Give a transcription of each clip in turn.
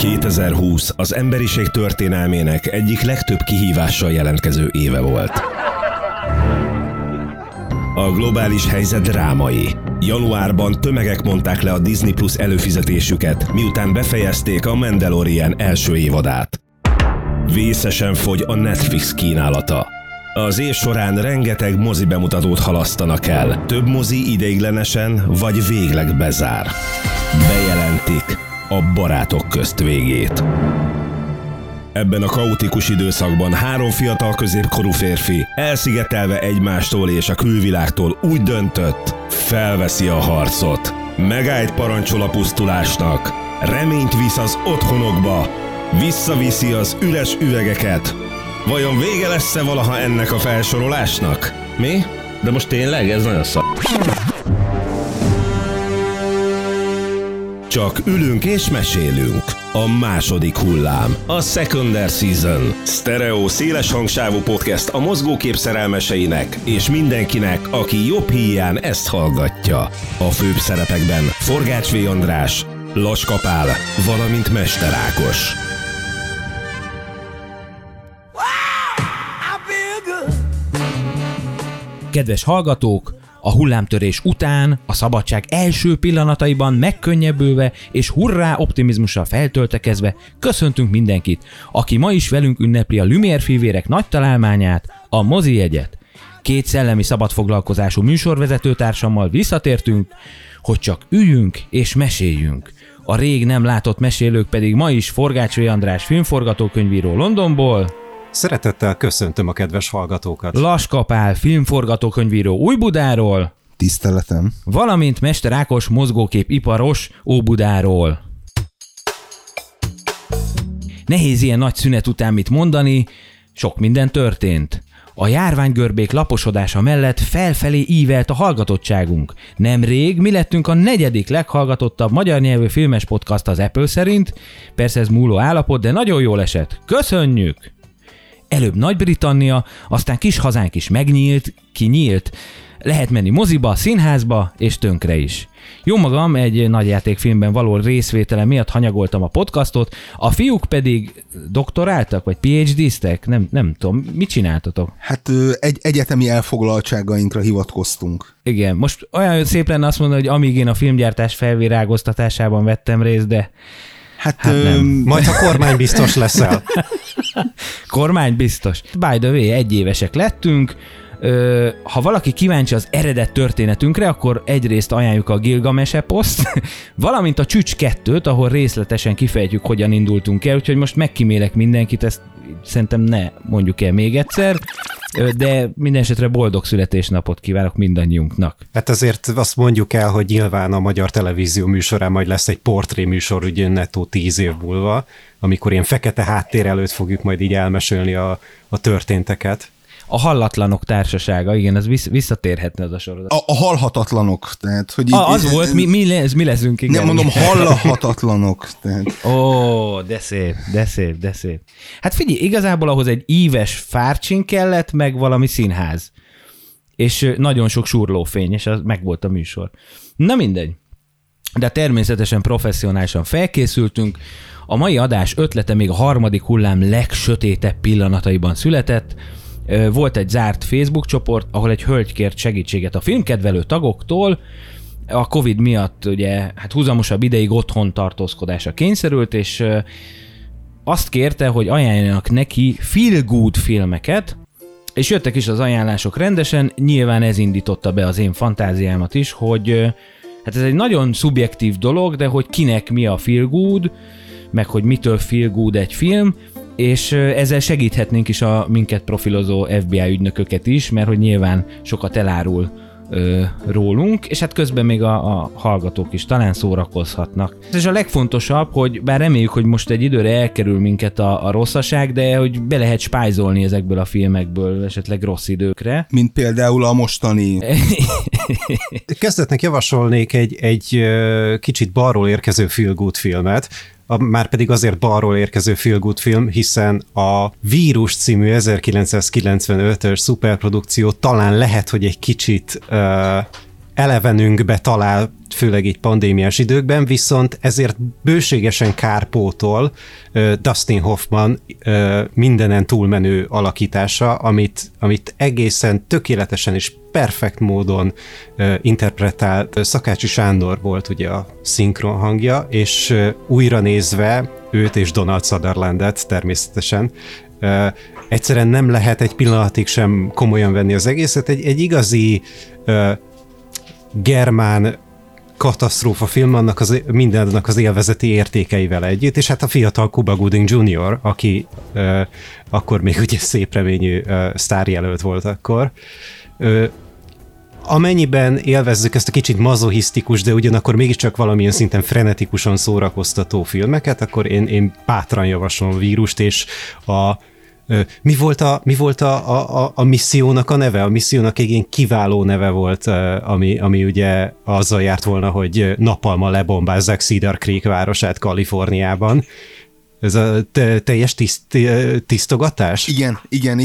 2020 az emberiség történelmének egyik legtöbb kihívással jelentkező éve volt. A globális helyzet drámai. Januárban tömegek mondták le a Disney Plus előfizetésüket, miután befejezték a Mandalorian első évadát. Vészesen fogy a Netflix kínálata. Az év során rengeteg mozi bemutatót halasztanak el. Több mozi ideiglenesen vagy végleg bezár. Bejelentik a Barátok közt végét. Ebben a kaotikus időszakban 3 fiatal középkorú férfi elszigetelve egymástól és a külvilágtól úgy döntött, felveszi a harcot. Megállt parancsol a pusztulásnak, reményt visz az otthonokba, visszaviszi az üres üvegeket. Vajon vége lesz-e valaha ennek a felsorolásnak? Mi? De most tényleg? Ez nagyon szar. Csak ülünk és mesélünk. A második hullám. A Secondary Season. Sztereó széles hangsávú podcast a mozgókép szerelmeseinek és mindenkinek, aki jobb híján ezt hallgatja. A főbb szerepekben Forgács V. András, Laska Pál, valamint Mester Ákos. Kedves hallgatók! A hullámtörés után, a szabadság első pillanataiban megkönnyebbülve és hurrá optimizmussal feltöltekezve köszöntünk mindenkit, aki ma is velünk ünnepli a Lumière fivérek nagy találmányát, a mozi jegyet. 2 szellemi szabadfoglalkozású műsorvezetőtársammal visszatértünk, hogy csak üljünk és meséljünk. A rég nem látott mesélők pedig ma is Forgács V. András filmforgatókönyvíró Londonból, szeretettel köszöntöm a kedves hallgatókat. Laska Pál filmforgatókönyvíró Újbudáról, tiszteletem, valamint Mester Ákos mozgóképiparos Óbudáról. Nehéz ilyen nagy szünet után mit mondani, sok minden történt. A járványgörbék laposodása mellett felfelé ívelt a hallgatottságunk. Nemrég mi lettünk a 4. leghallgatottabb magyar nyelvű filmes podcast az Apple szerint, persze ez múló állapot, de nagyon jól esett. Köszönjük! Előbb Nagy-Britannia, aztán kis hazánk is megnyílt, kinyílt. Lehet menni moziba, színházba és tönkre is. Jó magam egy nagyjátékfilmben való részvétele miatt hanyagoltam a podcastot, a fiúk pedig doktoráltak, vagy PhD-ztek? Nem tudom, mit csináltatok? Hát egy egyetemi elfoglaltságainkra hivatkoztunk. Igen, most olyan szép lenne azt mondani, hogy amíg én a filmgyártás felvirágoztatásában vettem részt, de Hát nem. Majd ha kormánybiztos leszel. Kormánybiztos. By the way, 1 évesek lettünk. Ha valaki kíváncsi az eredet történetünkre, akkor egyrészt ajánljuk a Gilgamesh eposzt, valamint a Csücs 2-t, ahol részletesen kifejtjük, hogyan indultunk el, úgyhogy most megkímélek mindenkit, ezt szerintem ne mondjuk el még egyszer, de minden esetre boldog születésnapot kívánok mindannyiunknak. Hát azért azt mondjuk el, hogy nyilván a magyar televízió műsorán majd lesz egy portré műsor, ugye nettó 10 év múlva, amikor ilyen fekete háttér előtt fogjuk majd így elmesélni a történteket. A hallatlanok társasága, igen, ez visszatérhetne az a sorozat. A halhatatlanok, tehát, hogy az volt, mi leszünk, igen. Nem mondom, hallahatatlanok. Ó, de szép. Hát figyelj, igazából ahhoz egy íves fárcsin kellett, meg valami színház. És nagyon sok surlófény, és az meg volt a műsor. Na mindegy. De természetesen professzionálisan felkészültünk. A mai adás ötlete még a 3. hullám legsötétebb pillanataiban született. Volt egy zárt Facebook csoport, ahol egy hölgy kért segítséget a filmkedvelő tagoktól. A Covid miatt ugye húzamosabb ideig otthon tartózkodásra kényszerült, és azt kérte, hogy ajánljanak neki feel good filmeket, és jöttek is az ajánlások rendesen. Nyilván ez indította be az én fantáziámat is, hogy hát ez egy nagyon szubjektív dolog, de hogy kinek mi a feel good, meg hogy mitől feel good egy film, és ezzel segíthetnénk is a minket profilozó FBI ügynököket is, mert hogy nyilván sokat elárul rólunk, és hát közben még a hallgatók is talán szórakozhatnak. És a legfontosabb, hogy bár reméljük, hogy most egy időre elkerül minket a rosszaság, de hogy be lehet spájzolni ezekből a filmekből esetleg rossz időkre. Mint például a mostani. Kezdetnek javasolnék egy kicsit balról érkező feel good filmet, már pedig azért balról érkező feel good film, hiszen a Vírus című 1995-ös szuperprodukció talán lehet, hogy egy kicsit elevenünkbe talál, főleg így pandémiás időkben, viszont ezért bőségesen kárpótol Dustin Hoffman mindenen túlmenő alakítása, amit egészen tökéletesen és perfekt módon interpretált. Szakácsi Sándor volt ugye a szinkron hangja, és újra nézve őt és Donald Sutherlandet természetesen, egyszerűen nem lehet egy pillanatig sem komolyan venni az egészet. Egy igazi germán katasztrófa film, mindennek az élvezeti értékeivel együtt, és hát a fiatal Cuba Gooding Jr., aki akkor még ugye szép reményű sztárjelölt volt akkor. Amennyiben élvezzük ezt a kicsit mazochisztikus, de ugyanakkor mégiscsak valamilyen szinten frenetikusan szórakoztató filmeket, akkor én bátran javaslom a Vírust, és mi volt a missziónak a neve? A missziónak egy ilyen kiváló neve volt, ami ugye azzal járt volna, hogy napalma lebombázzák Cedar Creek városát Kaliforniában. Ez a teljes tisztogatás? Igen.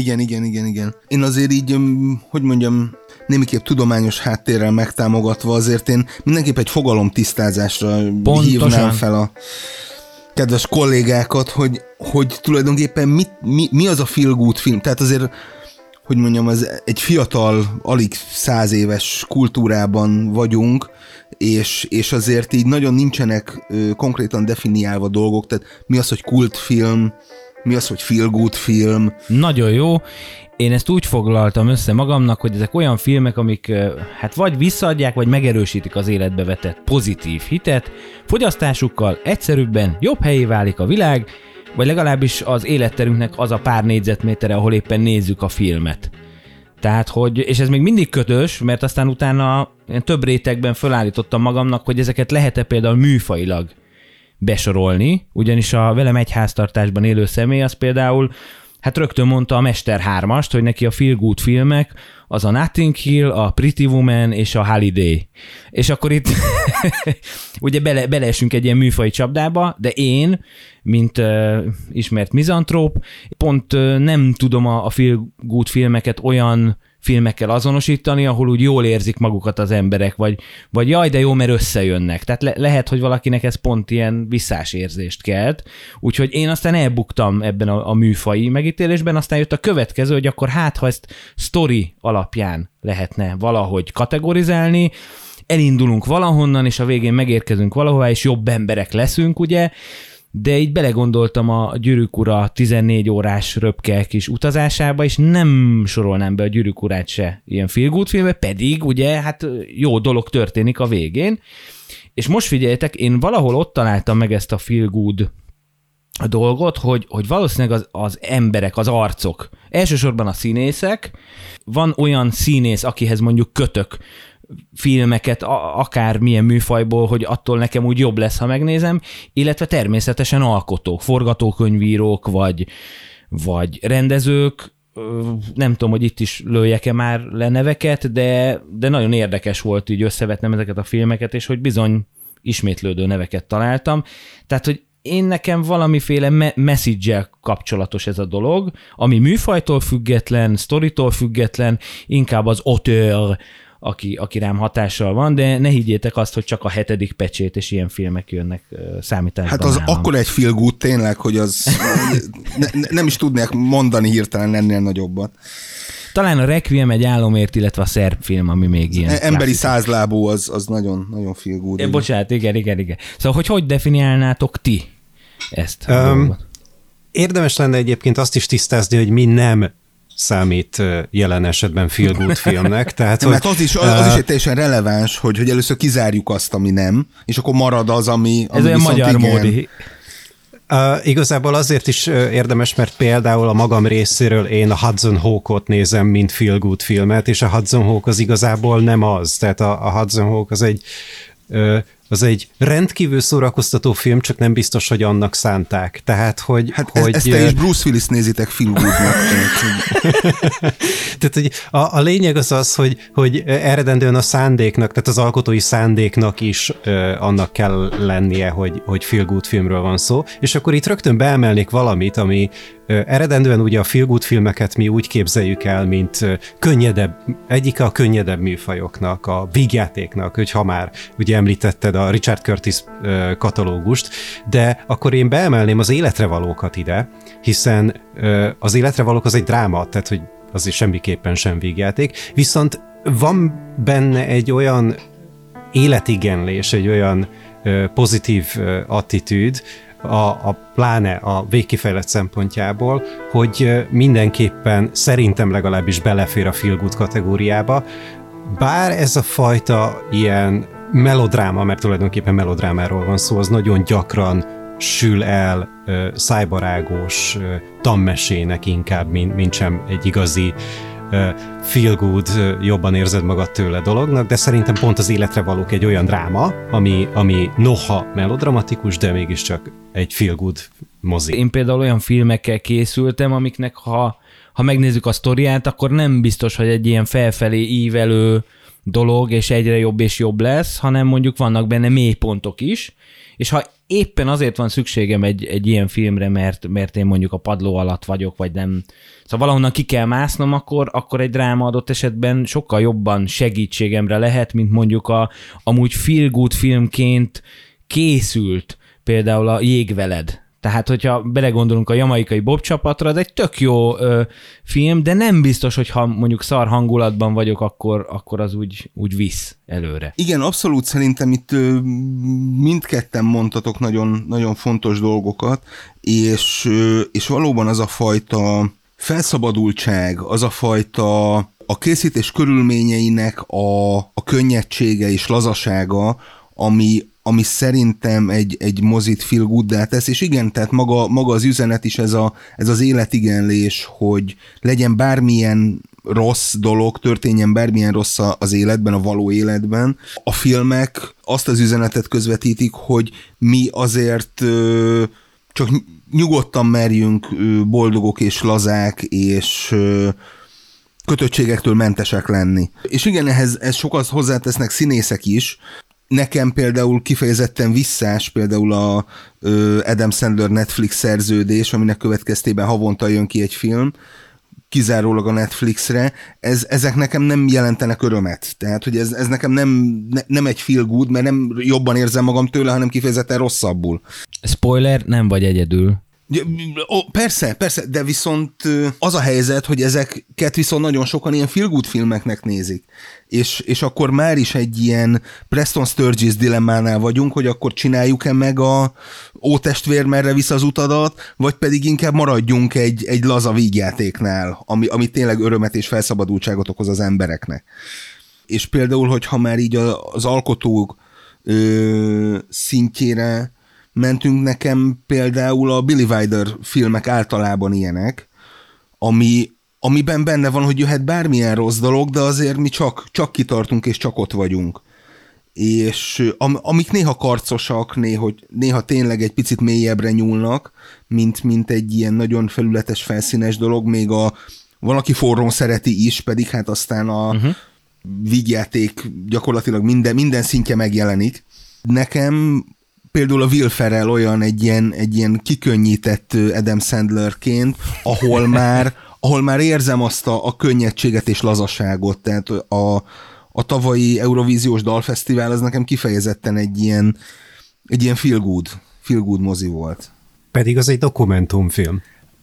Én azért így, hogy mondjam, némiképp tudományos háttérrel megtámogatva azért én mindenképp egy fogalomtisztázásra hívnám fel a kedves kollégákat, hogy tulajdonképpen mi az a feel good film. Tehát azért, hogy mondjam, ez egy fiatal, alig 100 éves kultúrában vagyunk, és azért így nagyon nincsenek konkrétan definiálva dolgok, tehát mi az, hogy kultfilm, mi az, hogy feel good film. Nagyon jó. Én ezt úgy foglaltam össze magamnak, hogy ezek olyan filmek, amik hát vagy visszaadják, vagy megerősítik az életbe vetett pozitív hitet, fogyasztásukkal egyszerűbben jobb helyé válik a világ, vagy legalábbis az életterünknek az a pár négyzetmétere, ahol éppen nézzük a filmet. Tehát, hogy, és ez még mindig ködös, mert aztán utána több rétegben fölállítottam magamnak, hogy ezeket lehet-e például műfajilag besorolni, ugyanis a velem egy háztartásban élő személy az például hát rögtön mondta a Mester 3-ast, hogy neki a feel good filmek az a Notting Hill, a Pretty Woman és a Holiday. És akkor itt ugye beleesünk egy ilyen műfaji csapdába, de én, mint ismert mizantróp, pont nem tudom a feel good filmeket olyan filmekkel azonosítani, ahol úgy jól érzik magukat az emberek, vagy jaj, de jó, mert összejönnek. Tehát lehet, hogy valakinek ez pont ilyen visszás érzést kelt. Úgyhogy én aztán elbuktam ebben a műfaji megítélésben, aztán jött a következő, hogy akkor ha ezt sztori alapján lehetne valahogy kategorizálni, elindulunk valahonnan, és a végén megérkezünk valahová, és jobb emberek leszünk, ugye, de így belegondoltam a Gyűrűk ura 14 órás röpke kis utazásába, és nem sorolnám be a Gyűrűk urát se ilyen feel good filmbe, pedig ugye hát jó dolog történik a végén. És most figyeljetek, én valahol ott találtam meg ezt a feel good dolgot, hogy valószínűleg az emberek, az arcok, elsősorban a színészek, van olyan színész, akihez mondjuk kötök filmeket, akár milyen műfajból, hogy attól nekem úgy jobb lesz, ha megnézem, illetve természetesen alkotók, forgatókönyvírók, vagy rendezők, nem tudom, hogy itt is lőjek-e már le neveket, de nagyon érdekes volt így összevetnem ezeket a filmeket, és hogy bizony ismétlődő neveket találtam. Tehát, hogy én nekem valamiféle message-el kapcsolatos ez a dolog, ami műfajtól független, sztoritól független, inkább az auteur, aki rám hatással van, de ne higgyétek azt, hogy csak a 7. pecsét és ilyen filmek jönnek számításban. Hát az akkor egy feel good tényleg, hogy az nem is tudnék mondani hirtelen ennél nagyobbat. Talán a Requiem egy álomért, illetve a szerb film, ami még ilyen. Emberi százlábú az nagyon, nagyon feel good. Bocsánat, igen. Szóval, hogy definiálnátok ti ezt a dolgot? Érdemes lenne egyébként azt is tisztázni, hogy mi nem számít jelen esetben feel good filmnek. Tehát, mert az is egy teljesen releváns, hogy először kizárjuk azt, ami nem, és akkor marad az, ami ez olyan magyar módi. Igazából azért is érdemes, mert például a magam részéről én a Hudson Hawk-ot nézem, mint feel good filmet, és a Hudson Hawk az igazából nem az. Tehát a Hudson Hawk az egy rendkívül szórakoztató film, csak nem biztos, hogy annak szánták. Tehát, hogy... Hát ezt te és Bruce Willis nézitek feel good-nak. Tehát, hogy a lényeg az, hogy eredendően a szándéknak, tehát az alkotói szándéknak is annak kell lennie, hogy feel good filmről van szó. És akkor itt rögtön beemelnék valamit, ami eredendően ugye a feel good filmeket mi úgy képzeljük el, mint könnyedebb, egyik a könnyedebb műfajoknak, a vígjátéknak, hogy ha már ugye említetted a Richard Curtis katalógust, de akkor én beemelném az Életre valókat ide, hiszen az Életre valók az egy dráma, tehát hogy az semmiképpen sem vígjáték, viszont van benne egy olyan életigenlés, egy olyan pozitív attitűd, pláne a végkifejlett szempontjából, hogy mindenképpen szerintem legalábbis belefér a feel good kategóriába, bár ez a fajta ilyen melodráma, mert tulajdonképpen melodrámáról van szó, az nagyon gyakran sül el szájbarágos tanmesének inkább, mint sem egy igazi feel good, jobban érzed magad tőle dolognak, de szerintem pont az Életre valók egy olyan dráma, ami noha melodramatikus, de mégiscsak egy feel good mozi. Én például olyan filmekkel készültem, amiknek ha megnézzük a sztoriát, akkor nem biztos, hogy egy ilyen felfelé ívelő dolog, és egyre jobb lesz, hanem mondjuk vannak benne mélypontok is, és ha éppen azért van szükségem egy ilyen filmre, mert én mondjuk a padló alatt vagyok, vagy nem. Szóval valahonnan ki kell másznom, akkor egy dráma adott esetben sokkal jobban segítségemre lehet, mint mondjuk amúgy feel good filmként készült például a Jégveled. Tehát, hogyha belegondolunk a jamaikai Bob csapatra, az egy tök jó film, de nem biztos, hogy ha mondjuk szar hangulatban vagyok, akkor az úgy visz előre. Igen, abszolút szerintem itt mindketten mondtatok nagyon, nagyon fontos dolgokat, és valóban az a fajta felszabadultság, az a fajta a készítés körülményeinek a könnyedsége és lazasága, ami szerintem egy mozit feel good-dá tesz, és igen, tehát maga az üzenet is ez az életigenlés, hogy legyen bármilyen rossz dolog, történjen bármilyen rossz az életben, a való életben. A filmek azt az üzenetet közvetítik, hogy mi azért csak nyugodtan merjünk boldogok és lazák, és kötöttségektől mentesek lenni. És igen, ehhez sokat hozzátesznek színészek is. Nekem például kifejezetten visszás például a Adam Sandler Netflix szerződés, aminek következtében havonta jön ki egy film, kizárólag a Netflixre, ezek nekem nem jelentenek örömet. Tehát, hogy ez nekem nem egy feel good, mert nem jobban érzem magam tőle, hanem kifejezetten rosszabbul. Spoiler, nem vagy egyedül. Persze, de viszont az a helyzet, hogy ezeket viszont nagyon sokan ilyen feel good filmeknek nézik. És akkor már is egy ilyen Preston Sturges dilemmánál vagyunk, hogy akkor csináljuk-e meg a Ó-testvér, merre visz az utadat, vagy pedig inkább maradjunk egy laza vígjátéknál, ami tényleg örömet és felszabadultságot okoz az embereknek. És például, hogyha már így az alkotók szintjére mentünk, nekem például a Billy Wilder filmek általában ilyenek, amiben benne van, hogy jöhet bármilyen rossz dolog, de azért mi csak kitartunk és csak ott vagyunk. És amik néha karcosak, néha tényleg egy picit mélyebbre nyúlnak, mint egy ilyen nagyon felületes, felszínes dolog, még valaki forrón szereti is, pedig hát aztán a vígjáték gyakorlatilag minden szintje megjelenik. Nekem például a Will Ferrell olyan egy ilyen kikönnyített Adam Sandlerként, ahol már érzem azt a könnyedséget és lazaságot, tehát a tavalyi Eurovíziós Dalfesztivál az nekem kifejezetten egy ilyen feel good mozi volt. Pedig az egy dokumentumfilm.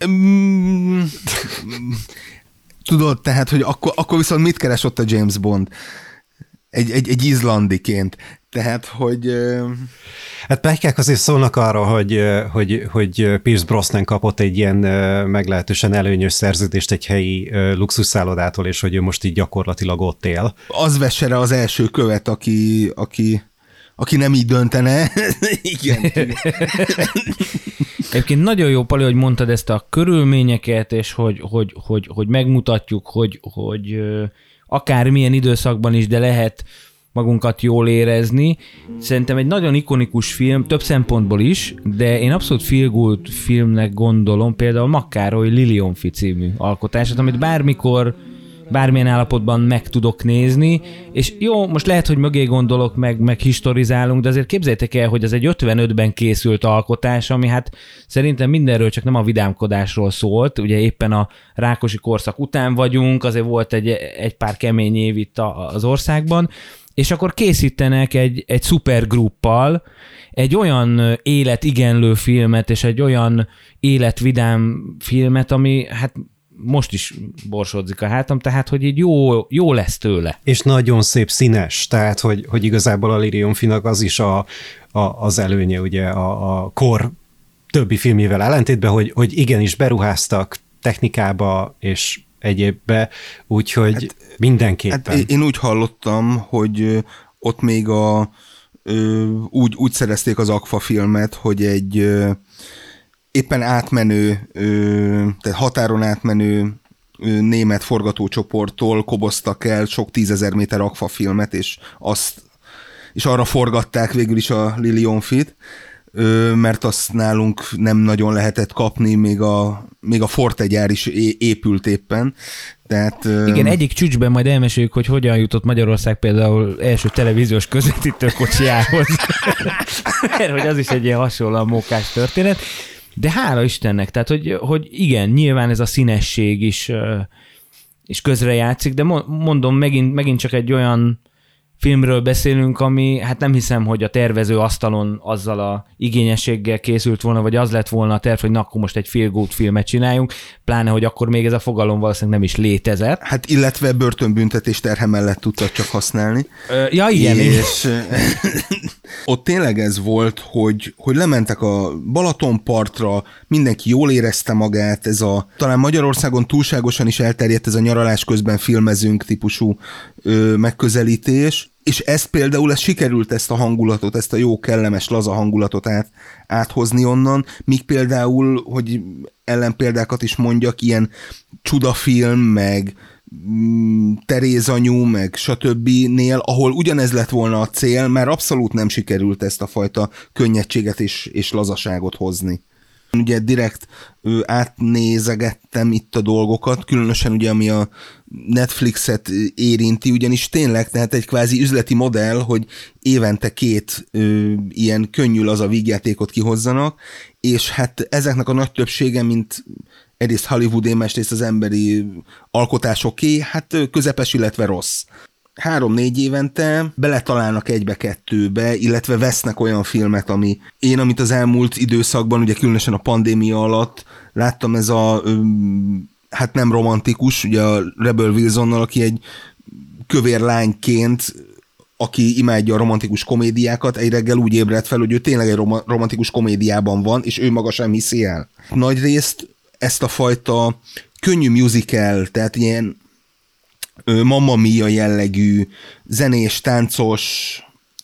Tudod, tehát, hogy akkor viszont mit keres ott a James Bond? Egy izlandiként. Tehát, hogy... Hát pletykák azért szólnak arra, hogy Pierce Brosnan kapott egy ilyen meglehetősen előnyös szerződést egy helyi luxusszállodától, és hogy ő most így gyakorlatilag ott él. Az vesse rá az első követ, aki nem így döntene. Igen. Egyébként nagyon jó, Pali, hogy mondtad ezt a körülményeket, és hogy megmutatjuk, hogy akármilyen időszakban is, de lehet magunkat jól érezni. Szerintem egy nagyon ikonikus film, több szempontból is, de én abszolút feel good filmnek gondolom például Makkároly Lilionfi című alkotását, amit bármikor bármilyen állapotban meg tudok nézni, és jó, most lehet, hogy mögé gondolok, meg historizálunk, de azért képzeljétek el, hogy ez egy 55-ben készült alkotás, ami hát szerintem mindenről, csak nem a vidámkodásról szólt, ugye éppen a Rákosi korszak után vagyunk, azért volt egy pár kemény év itt az országban, és akkor készítenek egy szupergruppal egy olyan életigenlő filmet, és egy olyan életvidám filmet, ami hát most is borsodzik a hátam, tehát hogy így jó lesz tőle. És nagyon szép színes, tehát hogy igazából a Lirium-finak az is az előnye ugye a kor többi filmjével ellentétben, hogy igenis beruháztak technikába és egyébbe, úgyhogy mindenképpen. Hát én úgy hallottam, hogy ott még úgy szerezték az Agfa filmet, hogy egy éppen átmenő, tehát határon átmenő német forgatócsoporttól koboztak el sok 10 000 méter Agfa filmet, és arra forgatták végül is a Liliomfit, mert azt nálunk nem nagyon lehetett kapni, még a Forte gyár is épült éppen. Tehát, igen, egyik csücsben majd elmeséljük, hogy hogyan jutott Magyarország például első televíziós közvetítőkocsijához. Mert hogy az is egy ilyen hasonlóan mókás történet. De hála Istennek, tehát hogy igen, nyilván ez a színesség is közrejátszik, de mondom, megint csak egy olyan filmről beszélünk, ami hát nem hiszem, hogy a tervező asztalon azzal a igényességgel készült volna, vagy az lett volna a terv, hogy na, akkor most egy feel good filmet csináljunk, pláne, hogy akkor még ez a fogalom valószínűleg nem is létezett. Hát illetve börtönbüntetés terhe mellett tudtad csak használni. Ja, igen. És ott tényleg ez volt, hogy lementek a Balatonpartra, mindenki jól érezte magát, talán Magyarországon túlságosan is elterjedt ez a nyaralás közben filmezünk típusú megközelítés, és ez sikerült ezt a hangulatot, ezt a jó, kellemes, laza hangulatot áthozni onnan, míg például, hogy ellenpéldákat is mondjak, ilyen csudafilm, meg Teréz anyu, meg stb.-nél, ahol ugyanez lett volna a cél, már abszolút nem sikerült ezt a fajta könnyedséget és lazaságot hozni. Ugye direkt átnézegettem itt a dolgokat, különösen ugye ami a Netflixet érinti, ugyanis tényleg, tehát egy kvázi üzleti modell, hogy évente 2 ilyen könnyű laza vígjátékot kihozzanak, és hát ezeknek a nagy többsége, mint egyrészt Hollywoodé, másrészt az emberi alkotásoké, hát közepes, illetve rossz. 3-4 évente beletalálnak egybe-kettőbe, illetve vesznek olyan filmet, amit az elmúlt időszakban, ugye különösen a pandémia alatt láttam, ez hát nem romantikus, ugye a Rebel Wilsonnal, aki egy kövér lányként, aki imádja a romantikus komédiákat, egy reggel úgy ébredt fel, hogy ő tényleg egy romantikus komédiában van, és ő maga sem hiszi el. Nagyrészt ezt a fajta könnyű musical, tehát ilyen Mamma Mia jellegű, zenés, táncos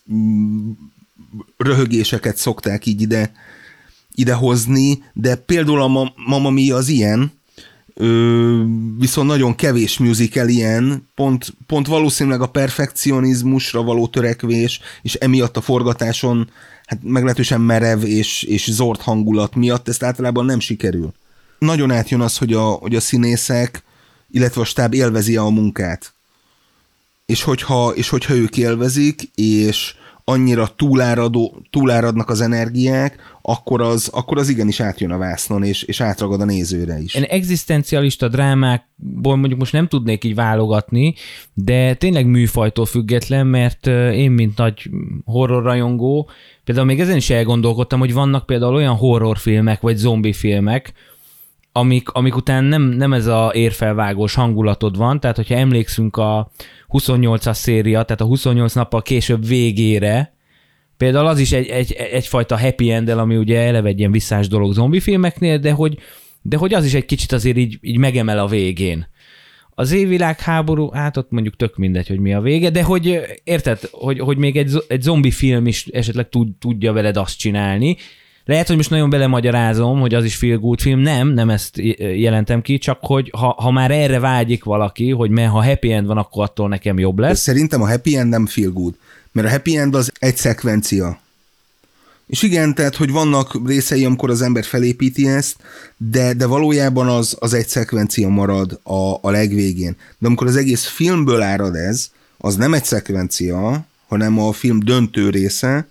röhögéseket szokták így ide hozni, de például a Mamma Mia az ilyen, viszont nagyon kevés musical ilyen, pont valószínűleg a perfekcionizmusra való törekvés, és emiatt a forgatáson hát meglehetősen merev és zord hangulat miatt ezt általában nem sikerül. Nagyon átjön az, hogy a színészek, illetve a stáb élvezi a munkát. És hogyha ők élvezik, és annyira túláradnak az energiák, akkor az igenis átjön a vásznon, és átragad a nézőre is. Én egzisztencialista drámákból mondjuk most nem tudnék így válogatni, de tényleg műfajtól független, mert én, mint nagy horrorrajongó, például még ezen is elgondolkodtam, hogy vannak például olyan horrorfilmek, vagy zombifilmek, amik után nem ez a érfelvágós hangulatod van, tehát hogyha emlékszünk a 28-as széria, tehát a 28 nappal később végére, például az is egyfajta happy end-el, ami ugye eleve egy ilyen visszás dolog zombifilmeknél, de hogy az is egy kicsit azért így megemel a végén. Az évvilágháború, hát ott mondjuk tök mindegy, hogy mi a vége, de hogy érted, hogy még egy zombifilm is esetleg tudja veled azt csinálni. Lehet, hogy most nagyon belemagyarázom, hogy az is feel good film, nem ezt jelentem ki, csak hogy ha már erre vágyik valaki, hogy ha happy end van, akkor attól nekem jobb lesz. Szerintem a happy end nem feel good, mert a happy end az egy szekvencia. És igen, tehát, hogy vannak részei, amikor az ember felépíti ezt, de valójában az egy szekvencia marad a legvégén. De amikor az egész filmből árad ez, az nem egy szekvencia, hanem a film döntő része,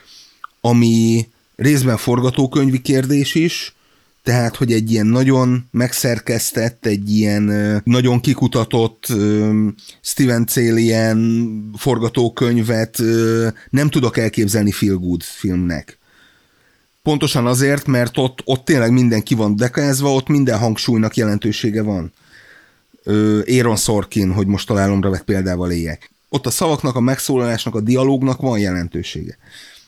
ami részben forgatókönyvi kérdés is, tehát, hogy egy ilyen nagyon megszerkesztett, egy ilyen nagyon kikutatott Steven Caillian forgatókönyvet nem tudok elképzelni feel good filmnek. Pontosan azért, mert ott tényleg minden ki van dekázva, ott minden hangsúlynak jelentősége van. Aaron Sorkin, hogy most találomra vett példával éljek. Ott a szavaknak, a megszólalásnak, a dialógnak van jelentősége.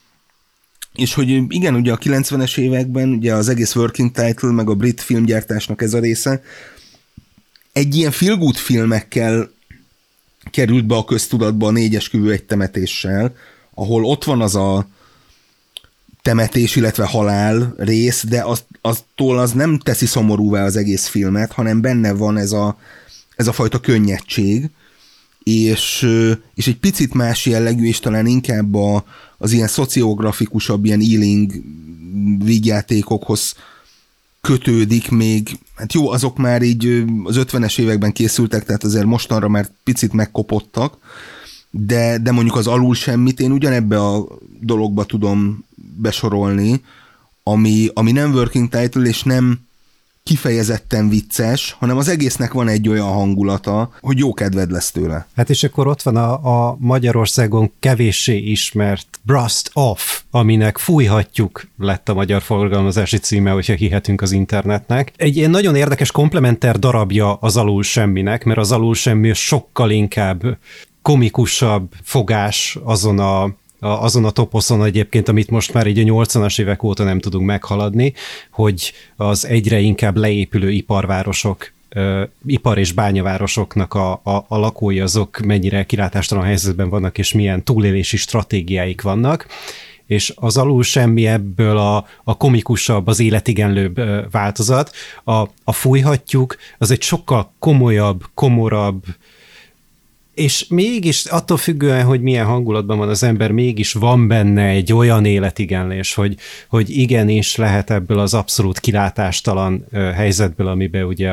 És hogy igen, ugye a 90-es években ugye az egész working title, meg a brit filmgyártásnak ez a része egy ilyen feel good filmekkel került be a köztudatba, a 4 esküvő egy temetéssel, ahol ott van az a temetés, illetve halál rész, de aztól az nem teszi szomorúvá az egész filmet, hanem benne van ez a fajta könnyedség, és egy picit más jellegű, és talán inkább az ilyen szociográfikusabb, ilyen Ealing vígjátékokhoz kötődik még. Hát jó, azok már így az 50-es években készültek, tehát azért mostanra már picit megkopottak, de mondjuk az Alul semmit én ugyanebbe a dologba tudom besorolni, ami nem working title, és nem kifejezetten vicces, hanem az egésznek van egy olyan hangulata, hogy jó kedved lesz tőle. Hát és akkor ott van a Magyarországon kevéssé ismert Brust Off, aminek Fújhatjuk lett a magyar forgalmazási címe, hogyha hihetünk az internetnek. Egy ilyen nagyon érdekes komplementer darabja az Alul semminek, mert az Alul semmi sokkal inkább komikusabb fogás azon a toposzon egyébként, amit most már így a 80-as évek óta nem tudunk meghaladni, hogy az egyre inkább leépülő iparvárosok, ipar- és bányavárosoknak a lakói azok mennyire kilátástalan helyzetben vannak, és milyen túlélési stratégiáik vannak, és az Alul semmi ebből a komikusabb, az életigenlőbb változat. A Fújhatjuk, az egy sokkal komolyabb, komorabb, és mégis attól függően, hogy milyen hangulatban van az ember, mégis van benne egy olyan életigenlés, hogy igenis lehet ebből az abszolút kilátástalan helyzetből, amiben ugye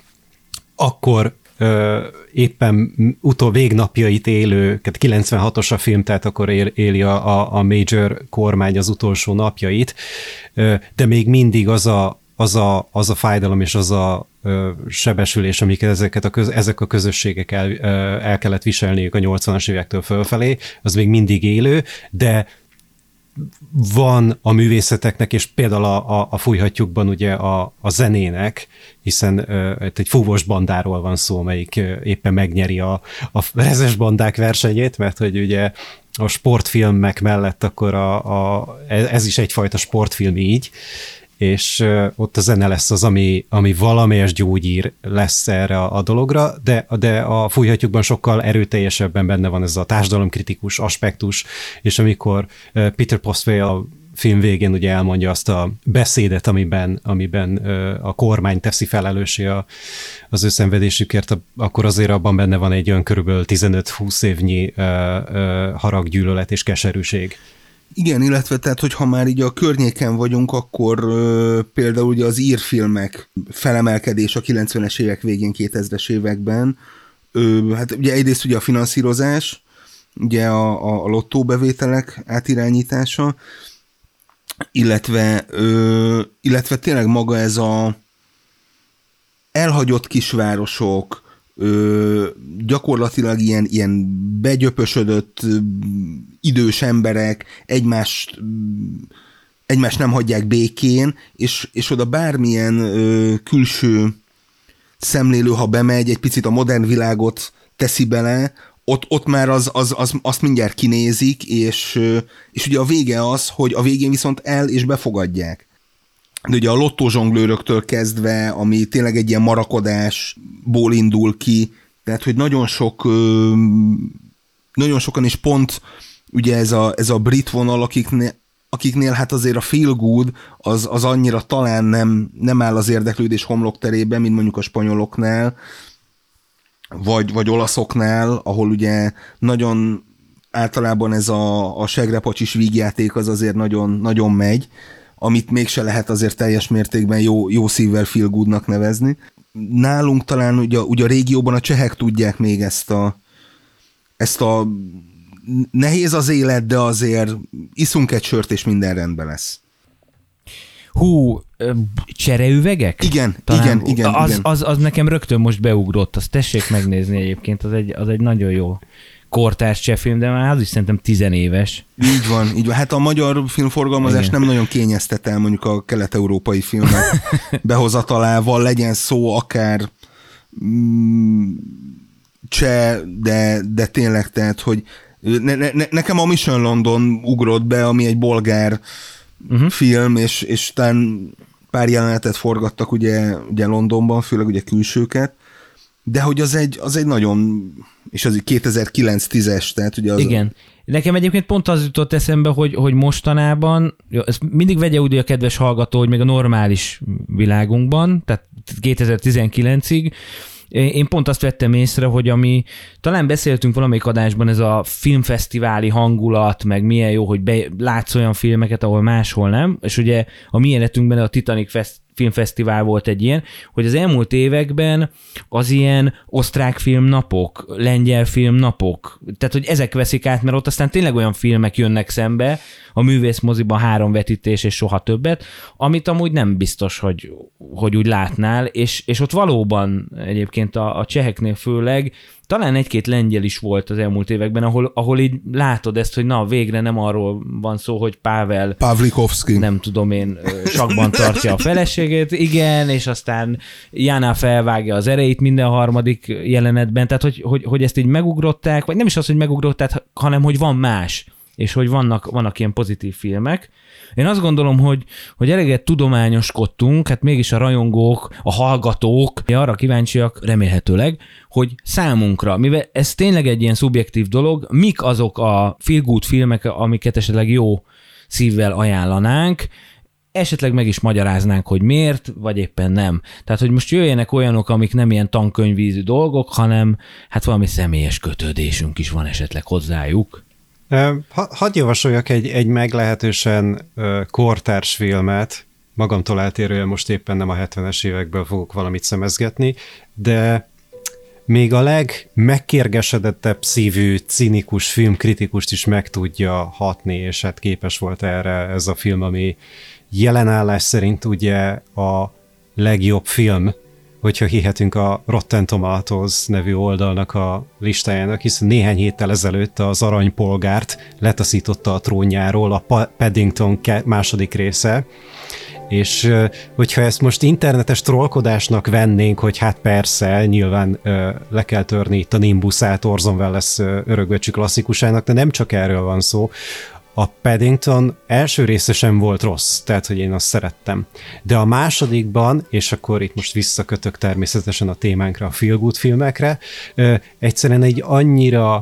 akkor éppen végnapjait élő, 96-os a film, tehát akkor éli a major kormány az utolsó napjait, de még mindig az a fájdalom és az a sebesülés, amiket ezek a közösségek el kellett viselniük a 80-as évektől fölfelé, az még mindig élő, de van a művészeteknek, és például a Fújhatjukban ugye a zenének, hiszen egy fúvós bandáról van szó, amelyik éppen megnyeri a rezes bandák versenyét, mert hogy ugye a sportfilmek mellett akkor ez is egyfajta sportfilm így, és ott a zene lesz az, ami valamelyes gyógyír lesz erre a dologra, de a Fújhatjukban sokkal erőteljesebben benne van ez a társadalomkritikus aspektus, és amikor Peter Postway a film végén ugye elmondja azt a beszédet, amiben a kormány teszi felelőssé az ő szenvedésükért, akkor azért abban benne van egy olyan körülbelül 15-20 évnyi harag, gyűlölet és keserűség. Igen, illetve tehát, hogyha már így a környéken vagyunk, akkor például ugye az írfilmek felemelkedés a 90-es évek végén, 2000-es években, hát ugye egyrészt ugye a finanszírozás, ugye a lottóbevételek átirányítása, illetve tényleg maga ez a elhagyott kisvárosok, gyakorlatilag ilyen begyöpösödött idős emberek egymást nem hagyják békén, és oda bármilyen külső szemlélő, ha bemegy, egy picit a modern világot teszi bele, ott már azt mindjárt kinézik, és ugye a vége az, hogy a végén viszont és befogadják. De ugye a lottózsonglőröktől kezdve, ami tényleg egy ilyen marakodásból indul ki, tehát hogy nagyon sokan is pont ugye ez a brit vonal, akiknél hát azért a feel good az annyira talán nem áll az érdeklődés homlokterében, mint mondjuk a spanyoloknál, vagy olaszoknál, ahol ugye nagyon általában ez a segrepacsis vígjáték az azért nagyon, nagyon megy, amit mégse lehet azért teljes mértékben jó szívvel feel goodnak nevezni. Nálunk talán ugye a régióban a csehek tudják még ezt a nehéz az élet, de azért iszunk egy sört, és minden rendben lesz. Hú, csereüvegek? Igen. Az nekem rögtön most beugrott, azt tessék megnézni egyébként, az egy nagyon jó kortárs cseh film, de már az is szerintem 10 éves. Így van. Hát a magyar filmforgalmazás nem nagyon kényeztet el mondjuk a kelet-európai filmek behozatalával, legyen szó akár cseh, de tényleg, tehát, hogy nekem a Mission London ugrott be, ami egy bolgár film, és talán pár jelenetet forgattak ugye Londonban, főleg ugye külsőket, de hogy az egy nagyon, és az 2009-10-es, tehát ugye az... Igen. Nekem egyébként pont az jutott eszembe, hogy mostanában, ezt mindig vegye úgy a kedves hallgató, hogy még a normális világunkban, tehát 2019-ig, én pont azt vettem észre, hogy ami talán beszéltünk valamelyik adásban, ez a filmfesztiváli hangulat, meg milyen jó, hogy látsz olyan filmeket, ahol máshol nem, és ugye a mi életünkben a Titanic filmfesztivál volt egy ilyen, hogy az elmúlt években az ilyen osztrák filmnapok, lengyel filmnapok, tehát hogy ezek veszik át, mert ott aztán tényleg olyan filmek jönnek szembe, a művészmoziban 3 vetítés és soha többet, amit amúgy nem biztos, hogy úgy látnál, és ott valóban egyébként a cseheknél főleg talán 1-2 lengyel is volt az elmúlt években, ahol így látod ezt, hogy na, végre nem arról van szó, hogy Pavlikovsky, nem tudom én, sakban tartja a feleségét, igen, és aztán Jana felvágja az erejét minden harmadik jelenetben, tehát hogy ezt így megugrották, vagy nem is az, hogy megugrották, hanem hogy van más, és hogy vannak ilyen pozitív filmek. Én azt gondolom, hogy eleget tudományoskodtunk, hát mégis a rajongók, a hallgatók arra kíváncsiak, remélhetőleg, hogy számunkra, mivel ez tényleg egy ilyen szubjektív dolog, mik azok a feel good filmek, amiket esetleg jó szívvel ajánlanánk, esetleg meg is magyaráznánk, hogy miért, vagy éppen nem. Tehát, hogy most jöjjenek olyanok, amik nem ilyen tankönyvízű dolgok, hanem hát valami személyes kötődésünk is van esetleg hozzájuk. Hadd javasoljak egy meglehetősen kortárs filmet, magamtól eltérően most éppen nem a 70-es évekből fogok valamit szemezgetni, de még a legmegkérgesedettebb szívű, cinikus filmkritikust is meg tudja hatni, és hát képes volt erre ez a film, ami jelenállás szerint ugye a legjobb film, hogyha hihetünk a Rotten Tomatoes nevű oldalnak a listájának, hiszen néhány héttel ezelőtt az Aranypolgárt letaszította a trónjáról a Paddington második része, és hogyha ezt most internetes trollkodásnak vennénk, hogy hát persze, nyilván le kell törni itt a Nimbusát Orson Welles örökbecsű klasszikusának, de nem csak erről van szó. A Paddington első része sem volt rossz, tehát, hogy én azt szerettem. De a másodikban, és akkor itt most visszakötök természetesen a témánkra, a feel good filmekre, egyszerűen egy annyira